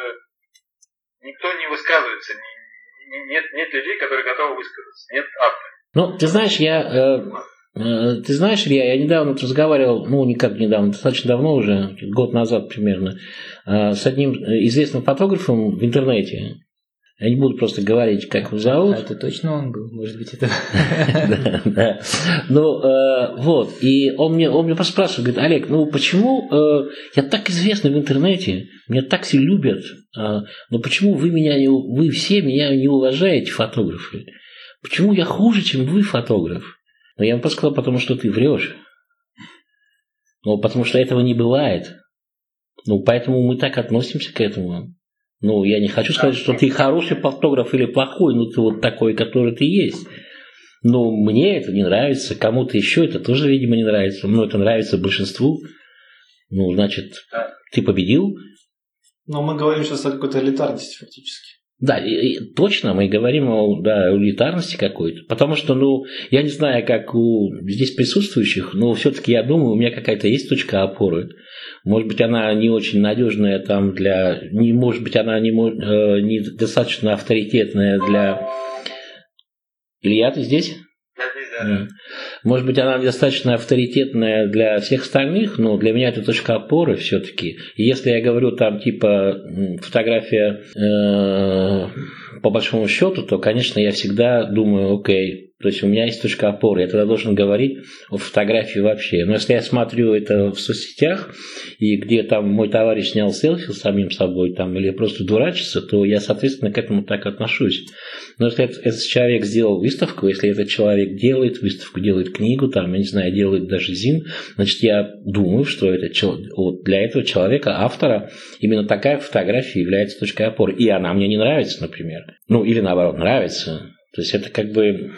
никто не высказывается, нет, нет людей, которые готовы высказаться, нет автора. Ну, ты знаешь, я... Э... Ты знаешь, Илья, я недавно разговаривал, ну, никак недавно, достаточно давно уже, год назад примерно, с одним известным фотографом в интернете. Я не буду просто говорить, как его зовут. А это точно он был? Может быть, это... Да, да. Ну, вот, и он мне он мне просто спрашивает, говорит, Олег, ну, почему я так известный в интернете, меня так все любят, но почему вы меня, вы все меня не уважаете, фотографы? Почему я хуже, чем вы, фотограф? Но я ему просто сказал, потому что ты врешь. Ну, потому что этого не бывает. Ну, поэтому мы так относимся к этому. Ну, я не хочу сказать, что ты хороший фотограф или плохой, но ты вот такой, который ты есть. Но мне это не нравится, кому-то еще это тоже, видимо, не нравится. Но это нравится большинству. Ну, значит, ты победил. Но мы говорим сейчас о какой-то элитарности фактически. Да, и, и, точно, мы говорим о да, элитарности какой-то, потому что, ну, я не знаю, как у здесь присутствующих, но все-таки я думаю, у меня какая-то есть точка опоры. Может быть, она не очень надежная там для, не, может быть, она не, э, не достаточно авторитетная для... Илья, ты здесь? Да. Может быть, она достаточно авторитетная для всех остальных, но для меня это точка опоры все-таки. И если я говорю там типа фотография э, по большому счету, то, конечно, я всегда думаю, окей, то есть у меня есть точка опоры, я тогда должен говорить о фотографии вообще. Но если я смотрю это в соцсетях, и где там мой товарищ снял селфи с самим собой, там, или просто дурачится, то я, соответственно, к этому так отношусь. Но если этот, этот человек сделал выставку, если этот человек делает выставку, делает книгу, там, я не знаю, делает даже зин, значит, я думаю, что это, вот для этого человека, автора, именно такая фотография является точкой опоры. И она мне не нравится, например. Ну, или наоборот, нравится. То есть это как бы...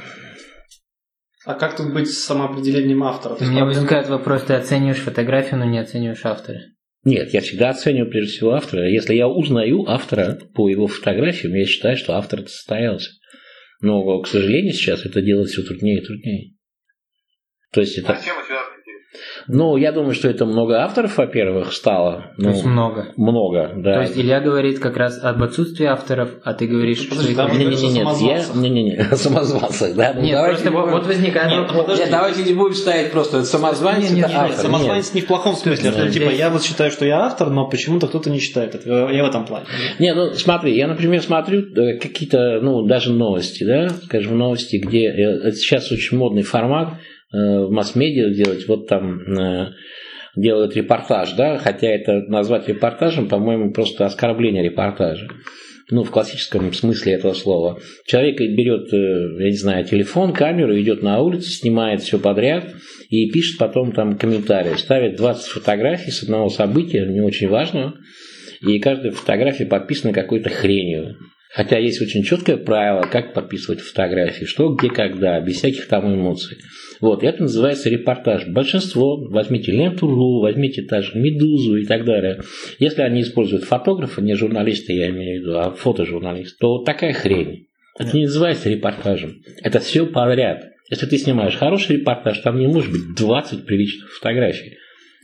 А как тут быть с самоопределением автора? У меня возникает вопрос, ты оцениваешь фотографию, но не оцениваешь автора. Нет, я всегда оцениваю прежде всего автора. Если я узнаю автора по его фотографиям, я считаю, что автор состоялся. Но, к сожалению, сейчас это делать все труднее и труднее. То есть это... А с чем связано? Ну, я думаю, что это много авторов, во-первых, стало. То ну, есть много. Много, да. То есть Илья говорит как раз об отсутствии авторов, а ты говоришь, Ну, подожди, что... давай. их... Не-не-не, я... Не-не-не, самозванцах, да. Ну, Нет, просто будем... вот возникает... Нет, вопрос. подожди. Нет, давайте не будем ставить просто самозванец, Нет, это нет, автор. самозванец Нет. не в плохом смысле, что Здесь- типа я вот считаю, что я автор, но почему-то кто-то не считает это. Я в этом плане. Не, ну смотри, я, например, смотрю э, какие-то, ну, даже новости, да, скажем, новости, где э, это сейчас очень модный формат э, в масс-медиа делать, вот там э, делают репортаж, да, хотя это назвать репортажем, по-моему, просто оскорбление репортажа. Ну, в классическом смысле этого слова. Человек берет, я не знаю, телефон, камеру, идет на улицу, снимает все подряд и пишет потом там комментарии. Ставит двадцать фотографий с одного события, не очень важного, и каждая фотография подписана какой-то хренью. Хотя есть очень четкое правило, как подписывать фотографии, что, где, когда, без всяких там эмоций. Вот, это называется репортаж. Большинство, возьмите Ленту.ру, возьмите даже Медузу и так далее. Если они используют фотографа, не журналиста, я имею в виду, а фотожурналиста, то вот такая хрень. Это не называется репортажем. Это все подряд. Если ты снимаешь хороший репортаж, там не может быть двадцать приличных фотографий.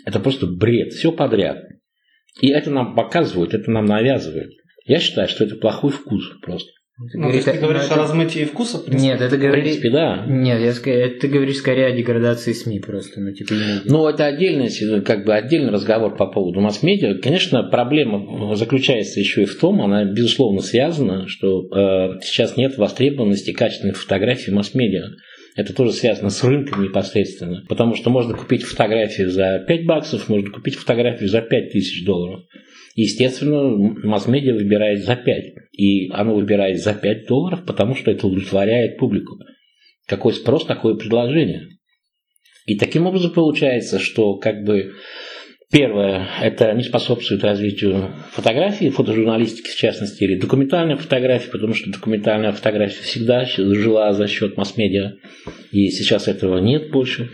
Это просто бред, все подряд. И это нам показывают, это нам навязывают. Я считаю, что это плохой вкус просто. Ну, говорит, то есть ты говоришь это... о размытии вкуса? Нет, это говорит... В принципе, да. Нет, я ск... это ты говоришь скорее о деградации СМИ просто. Ну, типа, ну это отдельный, как бы, отдельный разговор по поводу масс-медиа. Конечно, проблема заключается еще и в том, она безусловно связана, что э, сейчас нет востребованности качественных фотографий в масс-медиа. Это тоже связано с рынком непосредственно. Потому что можно купить фотографию за пять баксов, можно купить фотографию за пять тысяч долларов. Естественно, масс-медиа выбирает за пять. И оно выбирает за пять долларов, потому что это удовлетворяет публику. Какой спрос, такое предложение. И таким образом получается, что как бы первое, это не способствует развитию фотографии, фотожурналистики в частности, или документальной фотографии, потому что документальная фотография всегда жила за счет масс-медиа. И сейчас этого нет больше.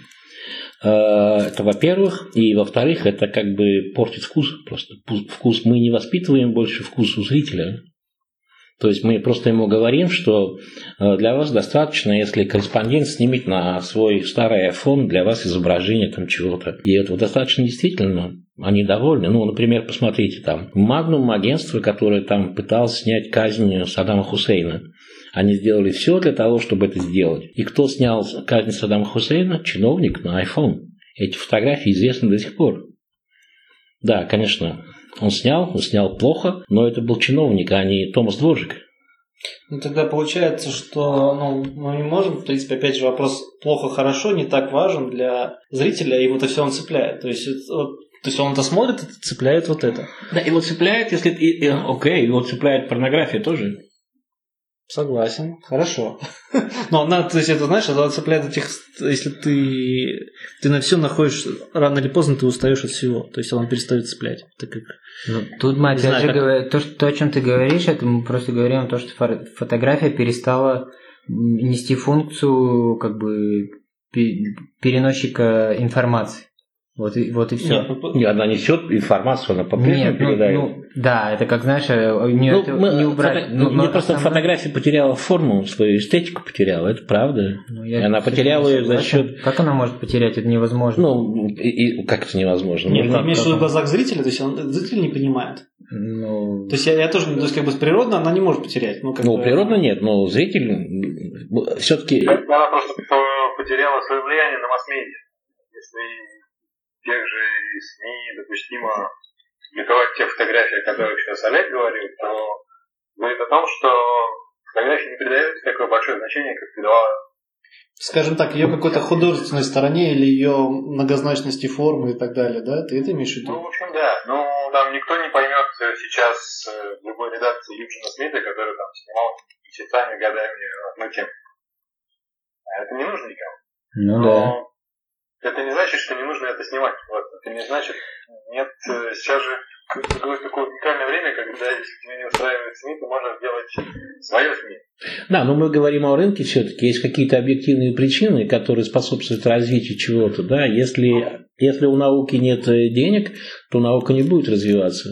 Это во-первых. И во-вторых, это как бы портит вкус просто. Вкус мы не воспитываем больше вкус у зрителя. То есть мы просто ему говорим, что для вас достаточно, если корреспондент снимет на свой старый iPhone для вас изображение там чего-то. И этого достаточно действительно. Они довольны. Ну, например, посмотрите там. Magnum агентство, которое там пыталось снять казнь Саддама Хусейна. Они сделали все для того, чтобы это сделать. И кто снял казнь Саддама Хусейна? Чиновник на iPhone. Эти фотографии известны до сих пор. Да, конечно, он снял, он снял плохо, но это был чиновник, а не Томас Дворжик. Ну, тогда получается, что ну, мы не можем, в принципе, опять же, вопрос плохо-хорошо не так важен для зрителя, и вот это все он цепляет. То есть, вот, то есть он это смотрит, и цепляет вот это. Да, его цепляет, если... И, и, окей, его цепляет порнография тоже. Согласен, хорошо. Но она, то есть это, знаешь, это цепляет этих, если ты, ты на все находишь, рано или поздно ты устаешь от всего. То есть он перестает цеплять. Так как, ну, тут мы опять знаю, же как... говорим, то, что, то, о чем ты говоришь, это мы просто говорим о том, что фотография перестала нести функцию как бы переносчика информации. Вот и, вот и все. Нет, она несет информацию, она по-прежнему передает. Ну, ну, да, это как, знаешь, не, ну, это мы, не убрать. Фото... Но, Мне но просто основной... фотография потеряла форму, свою эстетику потеряла, это правда. Ну, и она потеряла ее за счет. Как она может потерять? Это невозможно. Ну, и, и как это невозможно? Нет, Можно... ты имеешь в виду в глазах зрителя, то есть он, зритель не понимает. Ну... То есть я, я тоже, то есть как бы природно она не может потерять. Ну, как ну бы... природно нет, но зритель все-таки. Она просто потеряла свое влияние на масс-медиа. Если тех же СМИ допустимо публиковать те фотографии, о которых сейчас Олег говорил, то говорит о том, что фотографии не придают такое большое значение, как придавала. Скажем так, ее какой-то художественной стороне или ее многозначности формы и так далее, да? Ты это имеешь в виду? Ну, в общем, да. Ну, там никто не поймет сейчас в любой редакции Юджина Смита, который там снимал месяцами, годами одну тему. А это не нужно никому. Ну Но... да. Это не значит, что не нужно это снимать. Вот. Это не значит, нет, сейчас же такое уникальное время, когда если тебе не устраивает СМИ, то можно сделать свое СМИ. Да, но мы говорим о рынке все-таки. Есть какие-то объективные причины, которые способствуют развитию чего-то. Да? Если, если у науки нет денег, то наука не будет развиваться.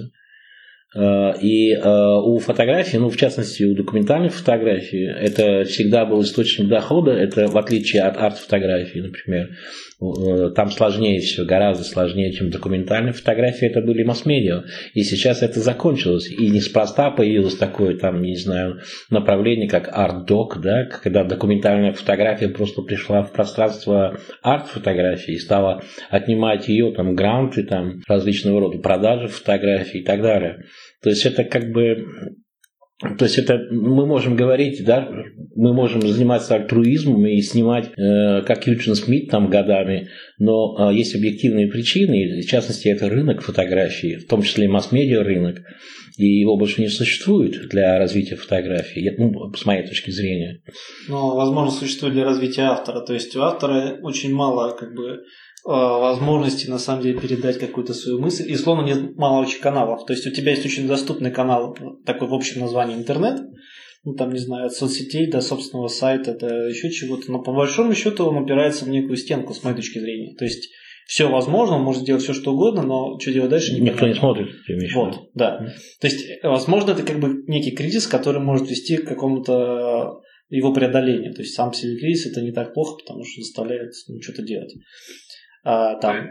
И у фотографии, ну в частности у документальной фотографии, это всегда был источник дохода, это в отличие от арт-фотографии, например. Там сложнее все, гораздо сложнее, чем документальная фотография, это были масс-медиа. И сейчас это закончилось. И неспроста появилось такое, там, не знаю, направление, как арт-док, да, когда документальная фотография просто пришла в пространство арт-фотографии и стала отнимать ее, там, гранты, там, различного рода продажи фотографий и так далее. То есть это как бы... То есть это мы можем говорить, да, мы можем заниматься альтруизмом и снимать, э, как Юджин Смит там годами, но э, есть объективные причины, в частности это рынок фотографии, в том числе масс-медиа рынок, и его больше не существует для развития фотографии, ну, с моей точки зрения. Ну, возможно, существует для развития автора, то есть у автора очень мало как бы возможности на самом деле передать какую-то свою мысль. И словно нет мало очень каналов. То есть у тебя есть очень доступный канал, такой в общем названии интернет, ну там, не знаю, от соцсетей до собственного сайта, до еще чего-то. Но по большому счету он упирается в некую стенку, с моей точки зрения. То есть все возможно, он может делать все, что угодно, но что делать дальше непонятно. Никто не смотрит. Вот, да. То есть, возможно, это как бы некий кризис, который может вести к какому-то его преодолению. То есть сам себе кризис это не так плохо, потому что заставляет ну, что-то делать. А, там. Документальная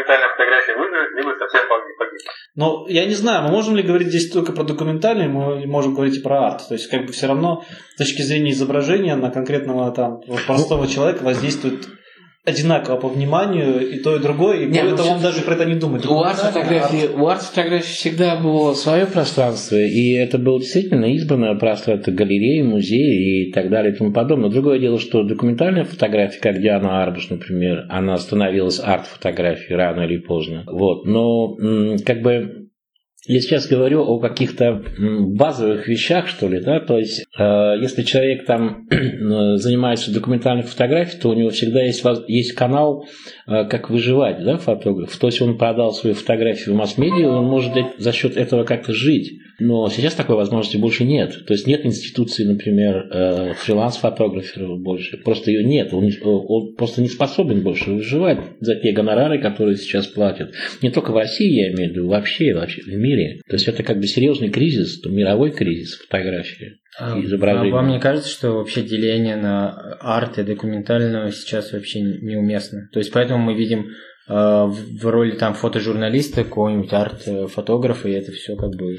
документальная фотография выживет, либо совсем погибнет. Ну, я не знаю, мы можем ли говорить здесь только про документальный, мы можем говорить и про арт. То есть, как бы все равно с точки зрения изображения на конкретного там простого человека воздействует одинаково по вниманию и то, и другое, и более того, он даже про это не думает. У арт-фотографии, у арт-фотографии всегда было свое пространство, и это было действительно избранное пространство, галереи, музеи и так далее и тому подобное. Другое дело, что документальная фотография, как Диана Арбуш, например, она становилась арт-фотографией рано или поздно. Вот. Но как бы я сейчас говорю о каких-то базовых вещах, что ли, да, то есть, э, если человек там занимается документальной фотографией, то у него всегда есть, есть канал, э, как выживать, да, фотограф. То есть, он продал свою фотографию в масс-медиа, он может за счет этого как-то жить. Но сейчас такой возможности больше нет. То есть, нет институции, например, э, фриланс-фотограферов больше. Просто ее нет. Он, он просто не способен больше выживать за те гонорары, которые сейчас платят. Не только в России, я имею в виду, вообще, вообще в мире. То есть это как бы серьезный кризис, мировой кризис фотографии. А, а вам не кажется, что вообще деление на арт и документального сейчас вообще неуместно? То есть поэтому мы видим э, в роли там фотожурналиста какого-нибудь арт-фотографа, и это все как бы...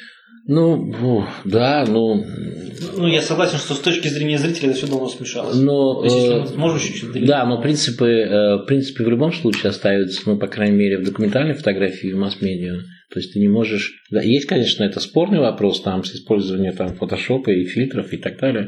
Ну, да, ну... Ну, я согласен, что с точки зрения зрителя это все давно смешалось. Но, То есть, если мы можем чуть-чуть... Да, но принципы, принципы в любом случае остаются, ну, по крайней мере, в документальной фотографии и в масс-медиа. То есть ты не можешь... Да, есть, конечно, это спорный вопрос там, с использованием там, фотошопа и фильтров и так далее,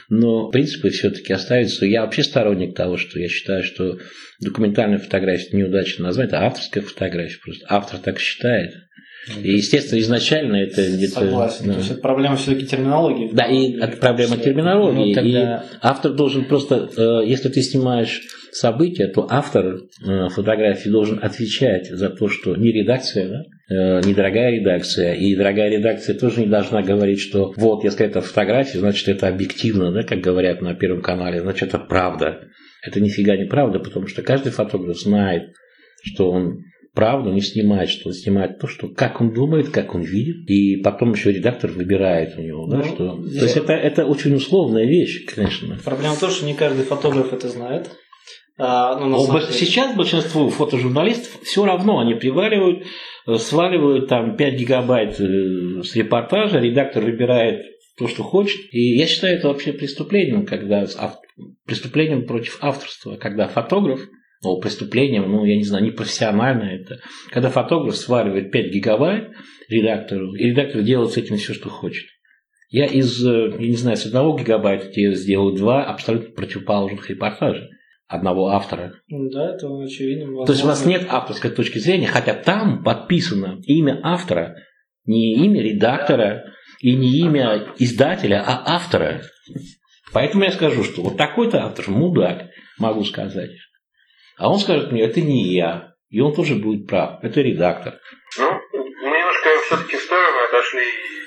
но принципы все-таки остаются. Я вообще сторонник того, что я считаю, что документальная фотография неудачно назвать, это авторская фотография. Просто автор так считает. И, естественно, изначально это где-то... Согласен. Да. То есть это проблема все-таки терминологии. Да, и это проблема терминологии. Ну, тогда... И автор должен просто... Если ты снимаешь события, то автор фотографии должен отвечать за то, что не редакция, да? Недорогая редакция. И дорогая редакция тоже не должна говорить, что вот, если это фотография, значит, это объективно, да, как говорят на Первом канале, значит, это правда. Это нифига не правда, потому что каждый фотограф знает, что он... правду не снимает, что он снимает то, что как он думает, как он видит, и потом еще редактор выбирает у него. Да, ну, что... То есть это, это очень условная вещь, конечно. Проблема в том, что не каждый фотограф это знает. А, ну, самом... Сейчас большинству фотожурналистов все равно, они приваливают, сваливают там пять гигабайт с репортажа, редактор выбирает то, что хочет. И я считаю это вообще преступлением, когда преступлением против авторства, когда фотограф Ну, преступлением, ну, я не знаю, непрофессионально это. Когда фотограф сваливает пять гигабайт редактору, и редактор делает с этим все, что хочет. Я из, я не знаю, с одного гигабайта тебе сделаю два абсолютно противоположных репортажа одного автора. Да, это очевидно. Возможно. То есть у вас нет авторской точки зрения, хотя там подписано имя автора, не имя редактора и не имя издателя, а автора. Поэтому я скажу, что вот такой-то автор мудак, могу сказать. А он скажет мне, это не я. И он тоже будет прав. Это редактор. Ну, мы немножко все-таки в сторону отошли.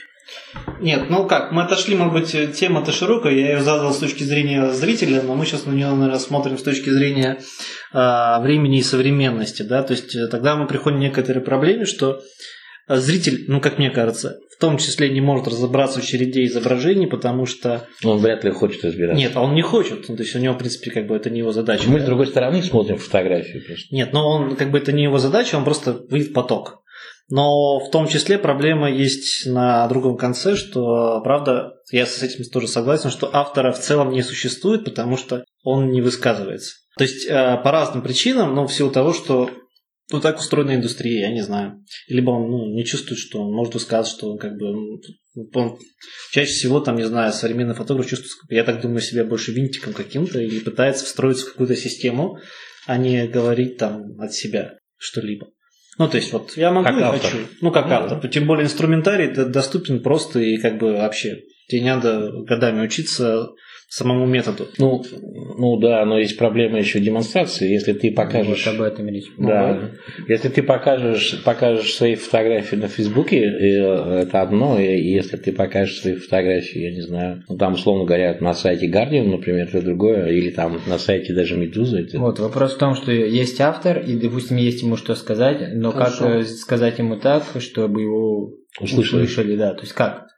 Нет, ну как, мы отошли, может быть, тема-то широкая, я ее задал с точки зрения зрителя, но мы сейчас на нее, наверное, смотрим с точки зрения э, времени и современности, да, то есть тогда мы приходим к некоторой проблеме, что зритель, ну, как мне кажется, в том числе не может разобраться в череде изображений, потому что... Он вряд ли хочет разбираться. Нет, он не хочет, ну, то есть у него, в принципе, как бы это не его задача. Мы, да? С другой стороны, смотрим фотографию просто. Нет, но он, как бы это не его задача, он просто видит поток. Но в том числе проблема есть на другом конце, что, правда, я с этим тоже согласен, что автора в целом не существует, потому что он не высказывается. То есть по разным причинам, но в силу того, что ну, так устроена индустрия, я не знаю. Либо он ну, не чувствует, что он может высказывать, что он как бы... Он, чаще всего, там, не знаю, современный фотограф чувствует, я так думаю, себя больше винтиком каким-то или пытается встроиться в какую-то систему, а не говорить там от себя что-либо. Ну, то есть, вот я могу как и автор. хочу. Ну, как ну, автор. Да. Тем более инструментарий доступен просто и как бы вообще. Тебе не надо годами учиться самому методу. Ну, ну да, но есть проблема еще демонстрации. Если ты покажешь... Вот об этом речь. Да. Ну, если ты покажешь, покажешь свои фотографии на Фейсбуке, это одно. И если ты покажешь свои фотографии, я не знаю, ну, там, условно говоря, на сайте Guardian, например, это другое. Или там на сайте даже Медузы. Это... Вот, вопрос в том, что есть автор, и, допустим, есть ему что сказать, но Хорошо. Как сказать ему так, чтобы его услышали? услышали, да. То есть как?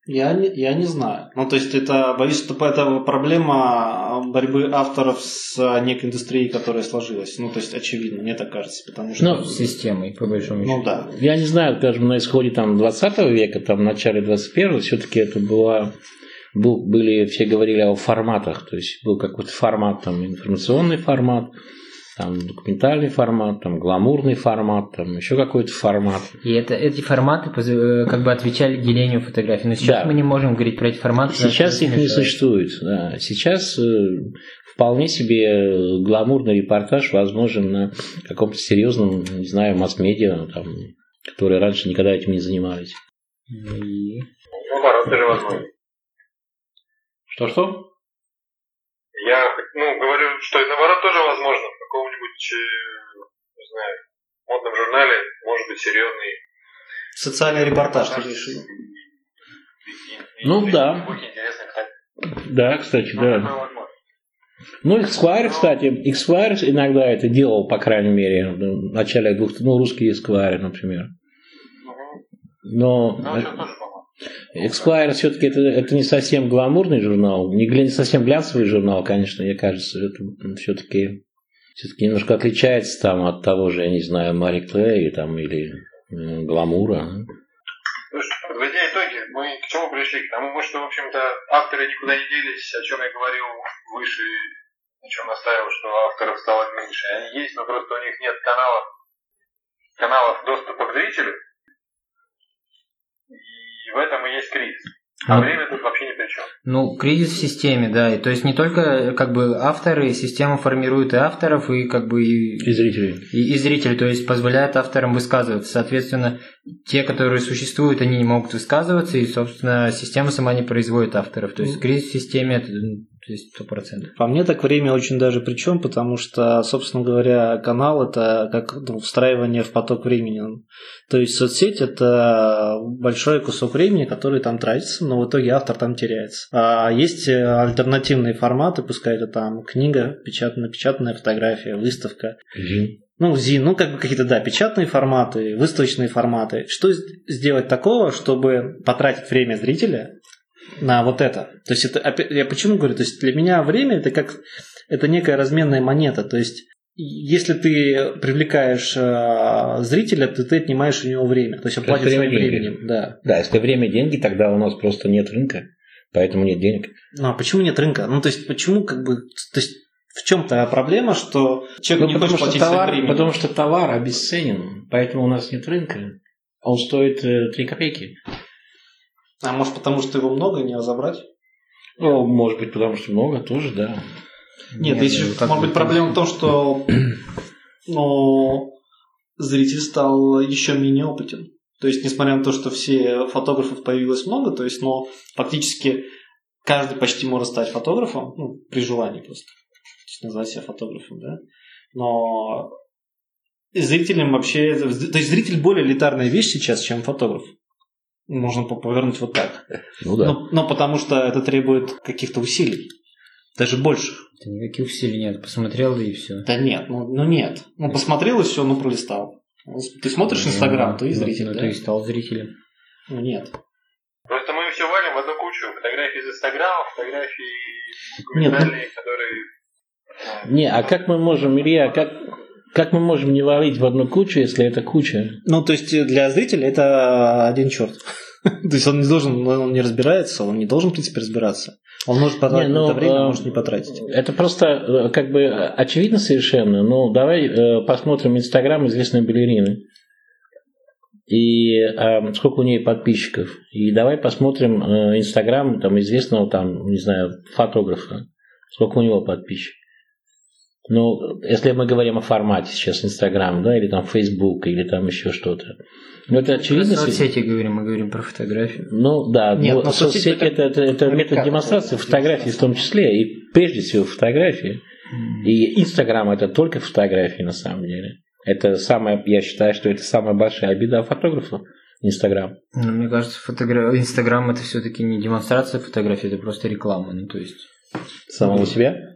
Я не, я не знаю. Ну, то есть, это, боюсь, что это проблема борьбы авторов с некой индустрией, которая сложилась. Ну, то есть, очевидно, мне так кажется, потому что... Ну, с системой, по большому счету. Ну, да. Я не знаю, скажем, на исходе там, двадцатого века, там, в начале двадцать первого, все-таки это была... Был, были, все говорили о форматах, то есть, был какой-то формат, там, информационный формат, там документальный формат, там гламурный формат, там еще какой-то формат. И это, эти форматы как бы отвечали делению фотографий. Но сейчас да. мы не можем говорить про эти форматы. Сейчас их не существует. Да. Сейчас э, вполне себе гламурный репортаж возможен на каком-то серьезном, не знаю, масс-медиа, там, которые раньше никогда этим не занимались. И... Ну, наоборот, тоже возможно. Что-что? Я ну, говорю, что это наоборот тоже возможно. В каком-нибудь, не знаю, модном журнале может быть серьезный социальный репортаж, ты решил. Ну и, да. Интересный, кстати. Да, кстати, ну, да. Ну, Esquire, кстати, Esquire иногда это делал, по крайней мере, в начале двухтысячных, ну, русский Esquire, например. Но... Esquire все-таки это, это не совсем гламурный журнал, не, не совсем глянцевый журнал, конечно, мне кажется, это все-таки, все-таки немножко отличается там от того же, я не знаю, Мари Клэри там, или э, гламура. Ну что, подводя итоги, мы к чему пришли? К тому, что, в общем-то, авторы никуда не делись, о чем я говорил выше, о чем настаивал, что авторов стало меньше. Они есть, но просто у них нет каналов, каналов доступа к зрителю. И в этом и есть кризис. А ну, время тут вообще ни при чем. Ну, кризис в системе, да. И, то есть не только как бы авторы, система формирует и авторов, и как бы и, и зрителей. И, и зрителей, то есть позволяет авторам высказываться. Соответственно, те, которые существуют, они не могут высказываться, и, собственно, система сама не производит авторов. То есть кризис в системе это то есть сто процентов. По мне так время очень даже причем, потому что, собственно говоря, канал это как ну, встраивание в поток времени. То есть соцсеть это большой кусок времени, который там тратится, но в итоге автор там теряется. А есть альтернативные форматы, пускай это там книга, печатная, напечатанная фотография, выставка. Зин. Ну, ЗИН, ну, как бы какие-то, да, печатные форматы, выставочные форматы. Что сделать такого, чтобы потратить время зрителя на вот это? То есть, это, я почему говорю, то есть, для меня время это как, это некая разменная монета. То есть, если ты привлекаешь э, зрителя, то ты отнимаешь у него время. То есть, оплатишь своим временем. Да. Да, если время деньги, тогда у нас просто нет рынка, поэтому нет денег. Ну, а почему нет рынка? Ну, то есть, почему, как бы, то есть, в чем-то проблема, что человек ну, не хочет платить товар, своим временем? Потому что товар обесценен, поэтому у нас нет рынка. Он стоит э, три копейки. А может, потому что его много и не разобрать? Ну, может быть, потому что много тоже, да. Нет, Нет если, ну, может быть, проблема в том, что ну, зритель стал еще менее опытен. То есть, несмотря на то, что все фотографов появилось много, то есть, но фактически каждый почти может стать фотографом, ну, при желании просто. То есть, назвать себя фотографом, да. Но зрителям вообще... То есть, зритель более элитарная вещь сейчас, чем фотограф. Можно повернуть вот так. Ну да. Но, но потому что это требует каких-то усилий. Даже больше. Да никаких усилий нет. Посмотрел и все. Да нет, ну, ну нет. Ну посмотрел и все, ну пролистал. Ты смотришь Инстаграм, ты и зритель, ну, да? Ты и стал зрителем. Ну нет. Просто мы все валим в одну кучу. Фотографии из Инстаграма, фотографии документальные, нет, которые... Не, а как мы можем, Илья, как... Как мы можем не валить в одну кучу, если это куча? Ну, то есть для зрителя это один черт. То есть он не должен, он не разбирается, он не должен, в принципе, разбираться. Он может потратить не, ну, это время, а может не потратить. Это просто как бы очевидно совершенно. Ну, давай э, посмотрим Инстаграм известной балерины. И э, сколько у нее подписчиков. И давай посмотрим э, Инстаграм там, известного, там, не знаю, фотографа. Сколько у него подписчиков. Ну, если мы говорим о формате сейчас Инстаграм, да, или там Фейсбук, или там еще что-то. Ну, это очевидно. Про соцсети говорим, мы говорим про фотографию. Ну, да, Нет, но соцсети это, это, это, это метод демонстрации фотографий в том числе, и прежде всего фотографии. Mm. И Инстаграм это только фотографии на самом деле. Это самое, я считаю, что это самая большая обида фотографа. Инстаграм. Ну, мне кажется, фотограф... Инстаграм это все-таки не демонстрация фотографий, это просто реклама, ну, то есть... Самого себя?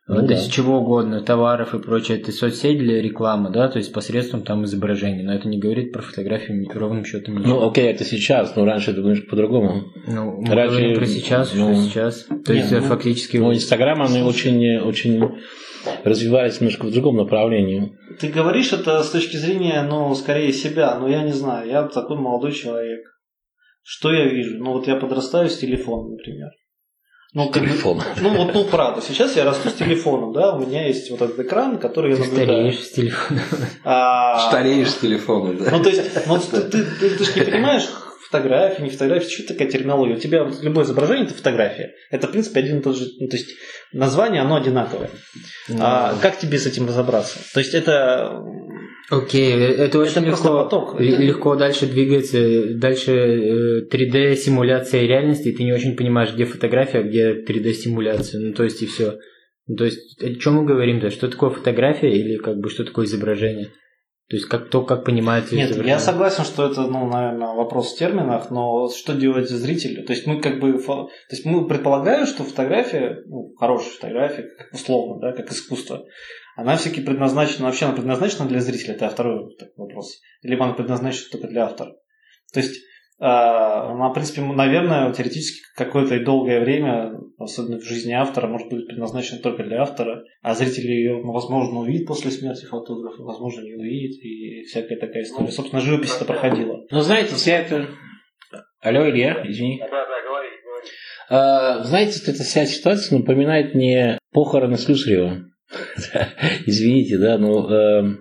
Ну, то да. есть чего угодно, товаров и прочее, это соцсеть для рекламы, да, то есть посредством там изображений, но это не говорит про фотографию ровным счетом ничего. Ну, окей, это сейчас, но раньше это думаешь по-другому. Ну, мы Раньше, говорим про сейчас, ну, что сейчас, то нет, есть ну, фактически... Ну, Инстаграм, они очень, очень развивались немножко в другом направлении. Ты говоришь это с точки зрения, ну, скорее себя, но я не знаю, я вот такой молодой человек. Что я вижу? Ну, вот я подрастаю с телефоном, например. Ну, как бы- Телефон. ну, вот, ну, правда, сейчас я расту с телефоном, да, у меня есть вот этот экран, который я Ты наблюдаю. стареешь с телефона. А, Стареешь с телефона, да. Ну, то есть, ну, ты, ты, ты, ты же не понимаешь, фотография, не фотография, что такая терминология? У тебя вот любое изображение – это фотография. Это, в принципе, один и тот же, ну, то есть, название, оно одинаковое. А как тебе с этим разобраться? То есть, это… Окей, это очень просто легко, поток. л- легко дальше двигается, дальше э, три дэ симуляция реальности, и ты не очень понимаешь, где фотография, а где три дэ симуляция, ну то есть и все. Ну, то есть о чем мы говорим-то, что такое фотография или как бы что такое изображение? То есть как то, как понимается Нет, изображение. я согласен, что это, ну, наверное, вопрос в терминах, но что делать зрителю? То есть мы как бы, фо- то есть мы предполагаем, что фотография, ну, хорошая фотография, как условно, да, как искусство, она все-таки предназначена, вообще она предназначена для зрителя, это второй такой вопрос. Либо она предназначена только для автора. То есть э, она, в принципе, наверное, теоретически какое-то и долгое время, особенно в жизни автора, может быть предназначена только для автора, а зрители ее, ну, возможно, увидят после смерти фотографа, возможно, не увидят, и всякая такая история. Собственно, живопись это проходила. Ну, знаете, вся эта... Алло, Илья, извини. Да, да, говори, говори. А, знаете, эта вся ситуация напоминает мне похороны Слюсарева. Извините, да, но э,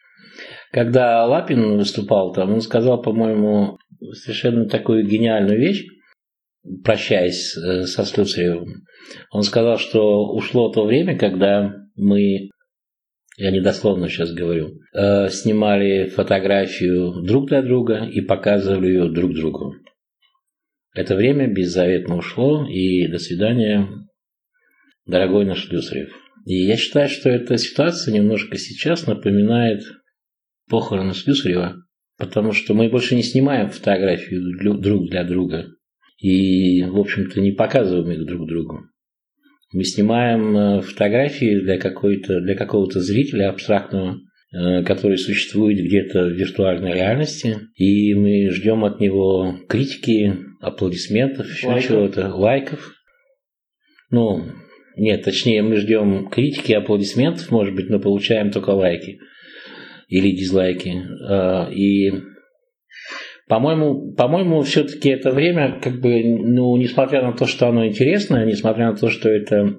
когда Лапин выступал там, он сказал, по-моему, совершенно такую гениальную вещь, прощаясь э, со Слюсаревым. Он сказал, что ушло то время, когда мы, я недословно сейчас говорю, э, снимали фотографию друг для друга и показывали ее друг другу. Это время беззаветно ушло, и до свидания, дорогой наш Слюсарев. И я считаю, что эта ситуация немножко сейчас напоминает похороны Слюсарева, потому что мы больше не снимаем фотографию друг для друга и, в общем-то, не показываем их друг другу. Мы снимаем фотографии для, какой-то, для какого-то зрителя абстрактного, который существует где-то в виртуальной реальности, и мы ждем от него критики, аплодисментов, еще Лайков. чего-то, лайков. Ну, нет, точнее, мы ждем критики, аплодисментов, может быть, но получаем только лайки или дизлайки. И, по-моему, по-моему, все-таки это время, как бы, ну, несмотря на то, что оно интересно, несмотря на то, что это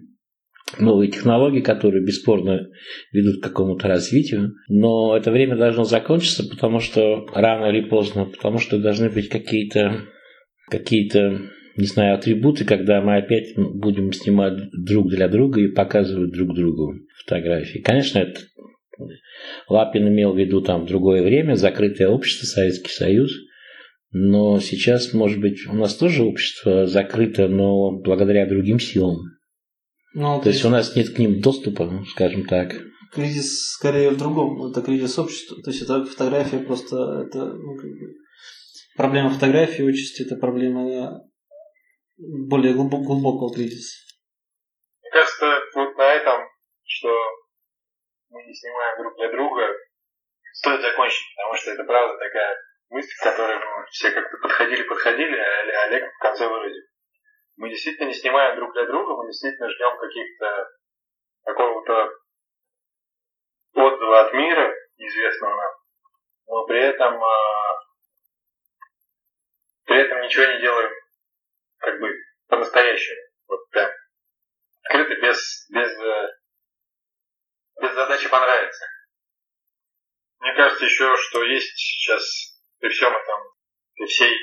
новые технологии, которые бесспорно ведут к какому-то развитию, но это время должно закончиться, потому что рано или поздно, потому что должны быть какие-то какие-то не знаю, атрибуты, когда мы опять будем снимать друг для друга и показывать друг другу фотографии. Конечно, это Лапин имел в виду там другое время, закрытое общество, Советский Союз, но сейчас, может быть, у нас тоже общество закрыто, но благодаря другим силам. Ну, То есть у нас нет к ним доступа, скажем так. Кризис скорее в другом, это кризис общества. То есть это фотография просто, это, ну, как бы, проблема фотографии в обществе, это проблема более глубок, глубокого кризиса. Мне кажется, вот на этом, что мы не снимаем друг для друга, стоит закончить, потому что это правда такая мысль, к которой мы все как-то подходили-подходили, а Олег в конце выразил. Мы действительно не снимаем друг для друга, мы действительно ждем каких-то какого-то отзыва от мира, известного нам, но при этом при этом ничего не делаем как бы по-настоящему. Вот прям открыто, без, без, без задачи понравиться. Мне кажется еще, что есть сейчас при всем этом, при всей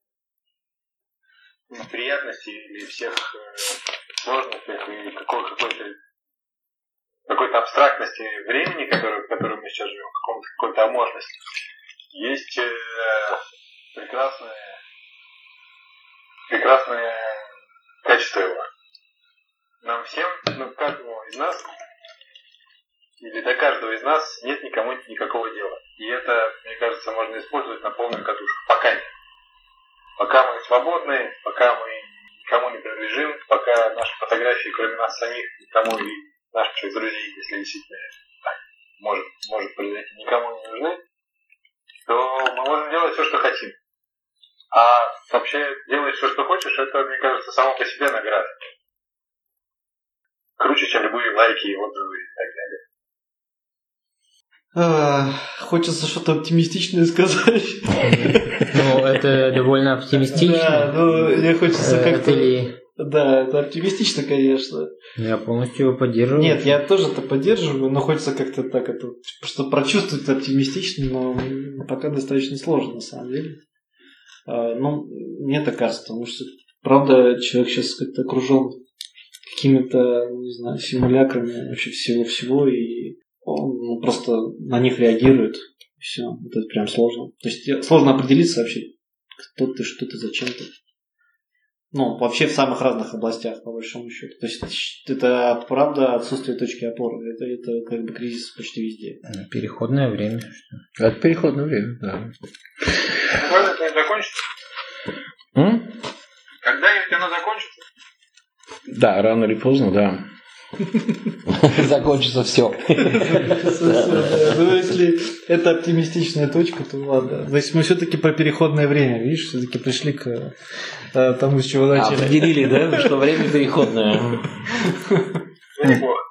неприятности или всех э, сложностях и какой, какой-то какой-то абстрактности времени, который, в котором мы сейчас живем, каком-то, какой-то аморфности, есть э, прекрасное прекрасное качество его. Нам всем, ну, каждому из нас, или до каждого из нас нет никому никакого дела. И это, мне кажется, можно использовать на полную катушку. Пока нет. Пока мы свободны, пока мы никому не принадлежим, пока наши фотографии, кроме нас самих, никому и наших друзей, если действительно так может, может произойти, никому не нужны, то мы можем делать все, что хотим. А вообще делать все, что хочешь, это, мне кажется, само по себе награда. Круче, чем любые лайки и отзывы и так далее. А, хочется что-то оптимистичное сказать. Ну, это довольно оптимистично. Да, ну, мне хочется как-то... ли... Да, это оптимистично, конечно. Я полностью его поддерживаю. Нет, я тоже это поддерживаю, но хочется как-то так это... Просто прочувствовать оптимистично, но пока достаточно сложно, на самом деле. А, ну, мне так кажется, потому что, правда, человек сейчас как-то окружен какими-то, не знаю, симулякрами вообще всего-всего, и он ну, просто на них реагирует. И все, это прям сложно. То есть сложно определиться вообще, кто ты, что ты, зачем ты. Ну, вообще в самых разных областях, по большому счету. То есть это, правда, отсутствие точки опоры. Это, это как бы кризис почти везде. Переходное время. Что? Это переходное время, да. Когда это закончится? М? Когда-нибудь оно закончится? Да, рано или поздно, да. Закончится все. Ну, если это оптимистичная точка, то ладно. То есть мы все-таки про переходное время, видишь, все-таки пришли к тому, с чего начали. Определили, да, что время переходное. Неплохо.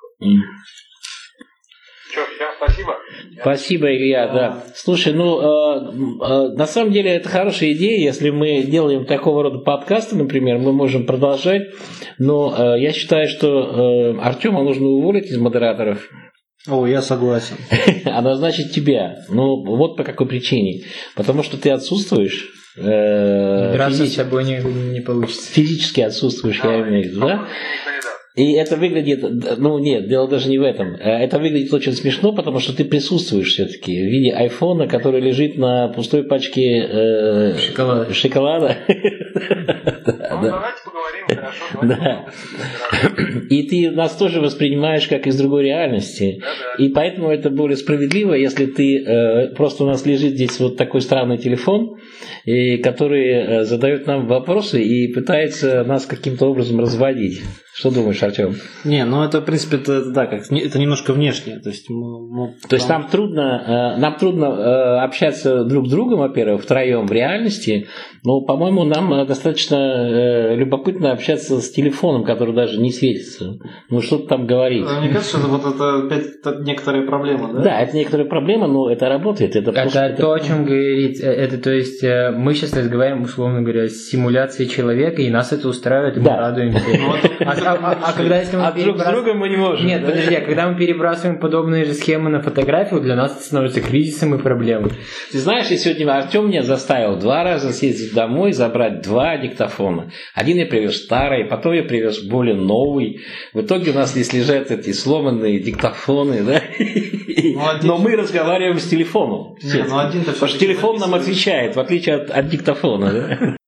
Что, всем спасибо. Спасибо, Илья, да. Слушай, ну, э, э, на самом деле это хорошая идея, если мы делаем такого рода подкасты, например, мы можем продолжать, но э, я считаю, что э, Артема нужно уволить из модераторов. О, я согласен. А назначить тебя. Ну, вот по какой причине. Потому что ты отсутствуешь. Э, Драться физи- с собой не, не получится. Физически отсутствуешь, я имею в виду, да? И это выглядит, ну нет, дело даже не в этом. Это выглядит очень смешно, потому что ты присутствуешь все-таки в виде айфона, который лежит на пустой пачке э, Шоколада. шоколада. Ну, давайте поговорим, хорошо. Давайте. И ты нас тоже воспринимаешь как из другой реальности. И поэтому это более справедливо, если ты э, просто у нас лежит здесь вот такой странный телефон, и, который э, задает нам вопросы и пытается нас каким-то образом разводить. Что думаешь, Артем? Не, ну это, в принципе, это, да, как, это немножко внешне. То есть, мы, мы, То есть там... нам трудно, э, нам трудно э, общаться друг с другом, во-первых, втроем в реальности, но, по-моему, нам э, достаточно э, любопытно общаться с телефоном, который даже не светится. Ну, что-то там говорить. Мне кажется, что вот это опять это некоторая проблема, да? Да, это некоторая проблема, но это работает. Это, Это просто, то, о чем говорит. Это, то есть, мы сейчас разговариваем, условно говоря, с симуляцией человека, и нас это устраивает, и мы Да. радуемся. А, а- а когда если мы А друг с перебрас- другом мы не можем. Нет, подожди, а когда мы перебрасываем подобные же схемы на фотографию, для нас это становится кризисом и проблемой. Ты знаешь, я сегодня Артем меня заставил два раза съездить домой, забрать два диктофона. Один я привез старый, потом я привез более новый. В итоге у нас здесь лежат эти сломанные диктофоны, да? Ну, один- Но мы разговариваем с телефоном. Не, ну один-то Потому что всё-таки телефон нам записывает. отвечает, в отличие от, от диктофона. Да?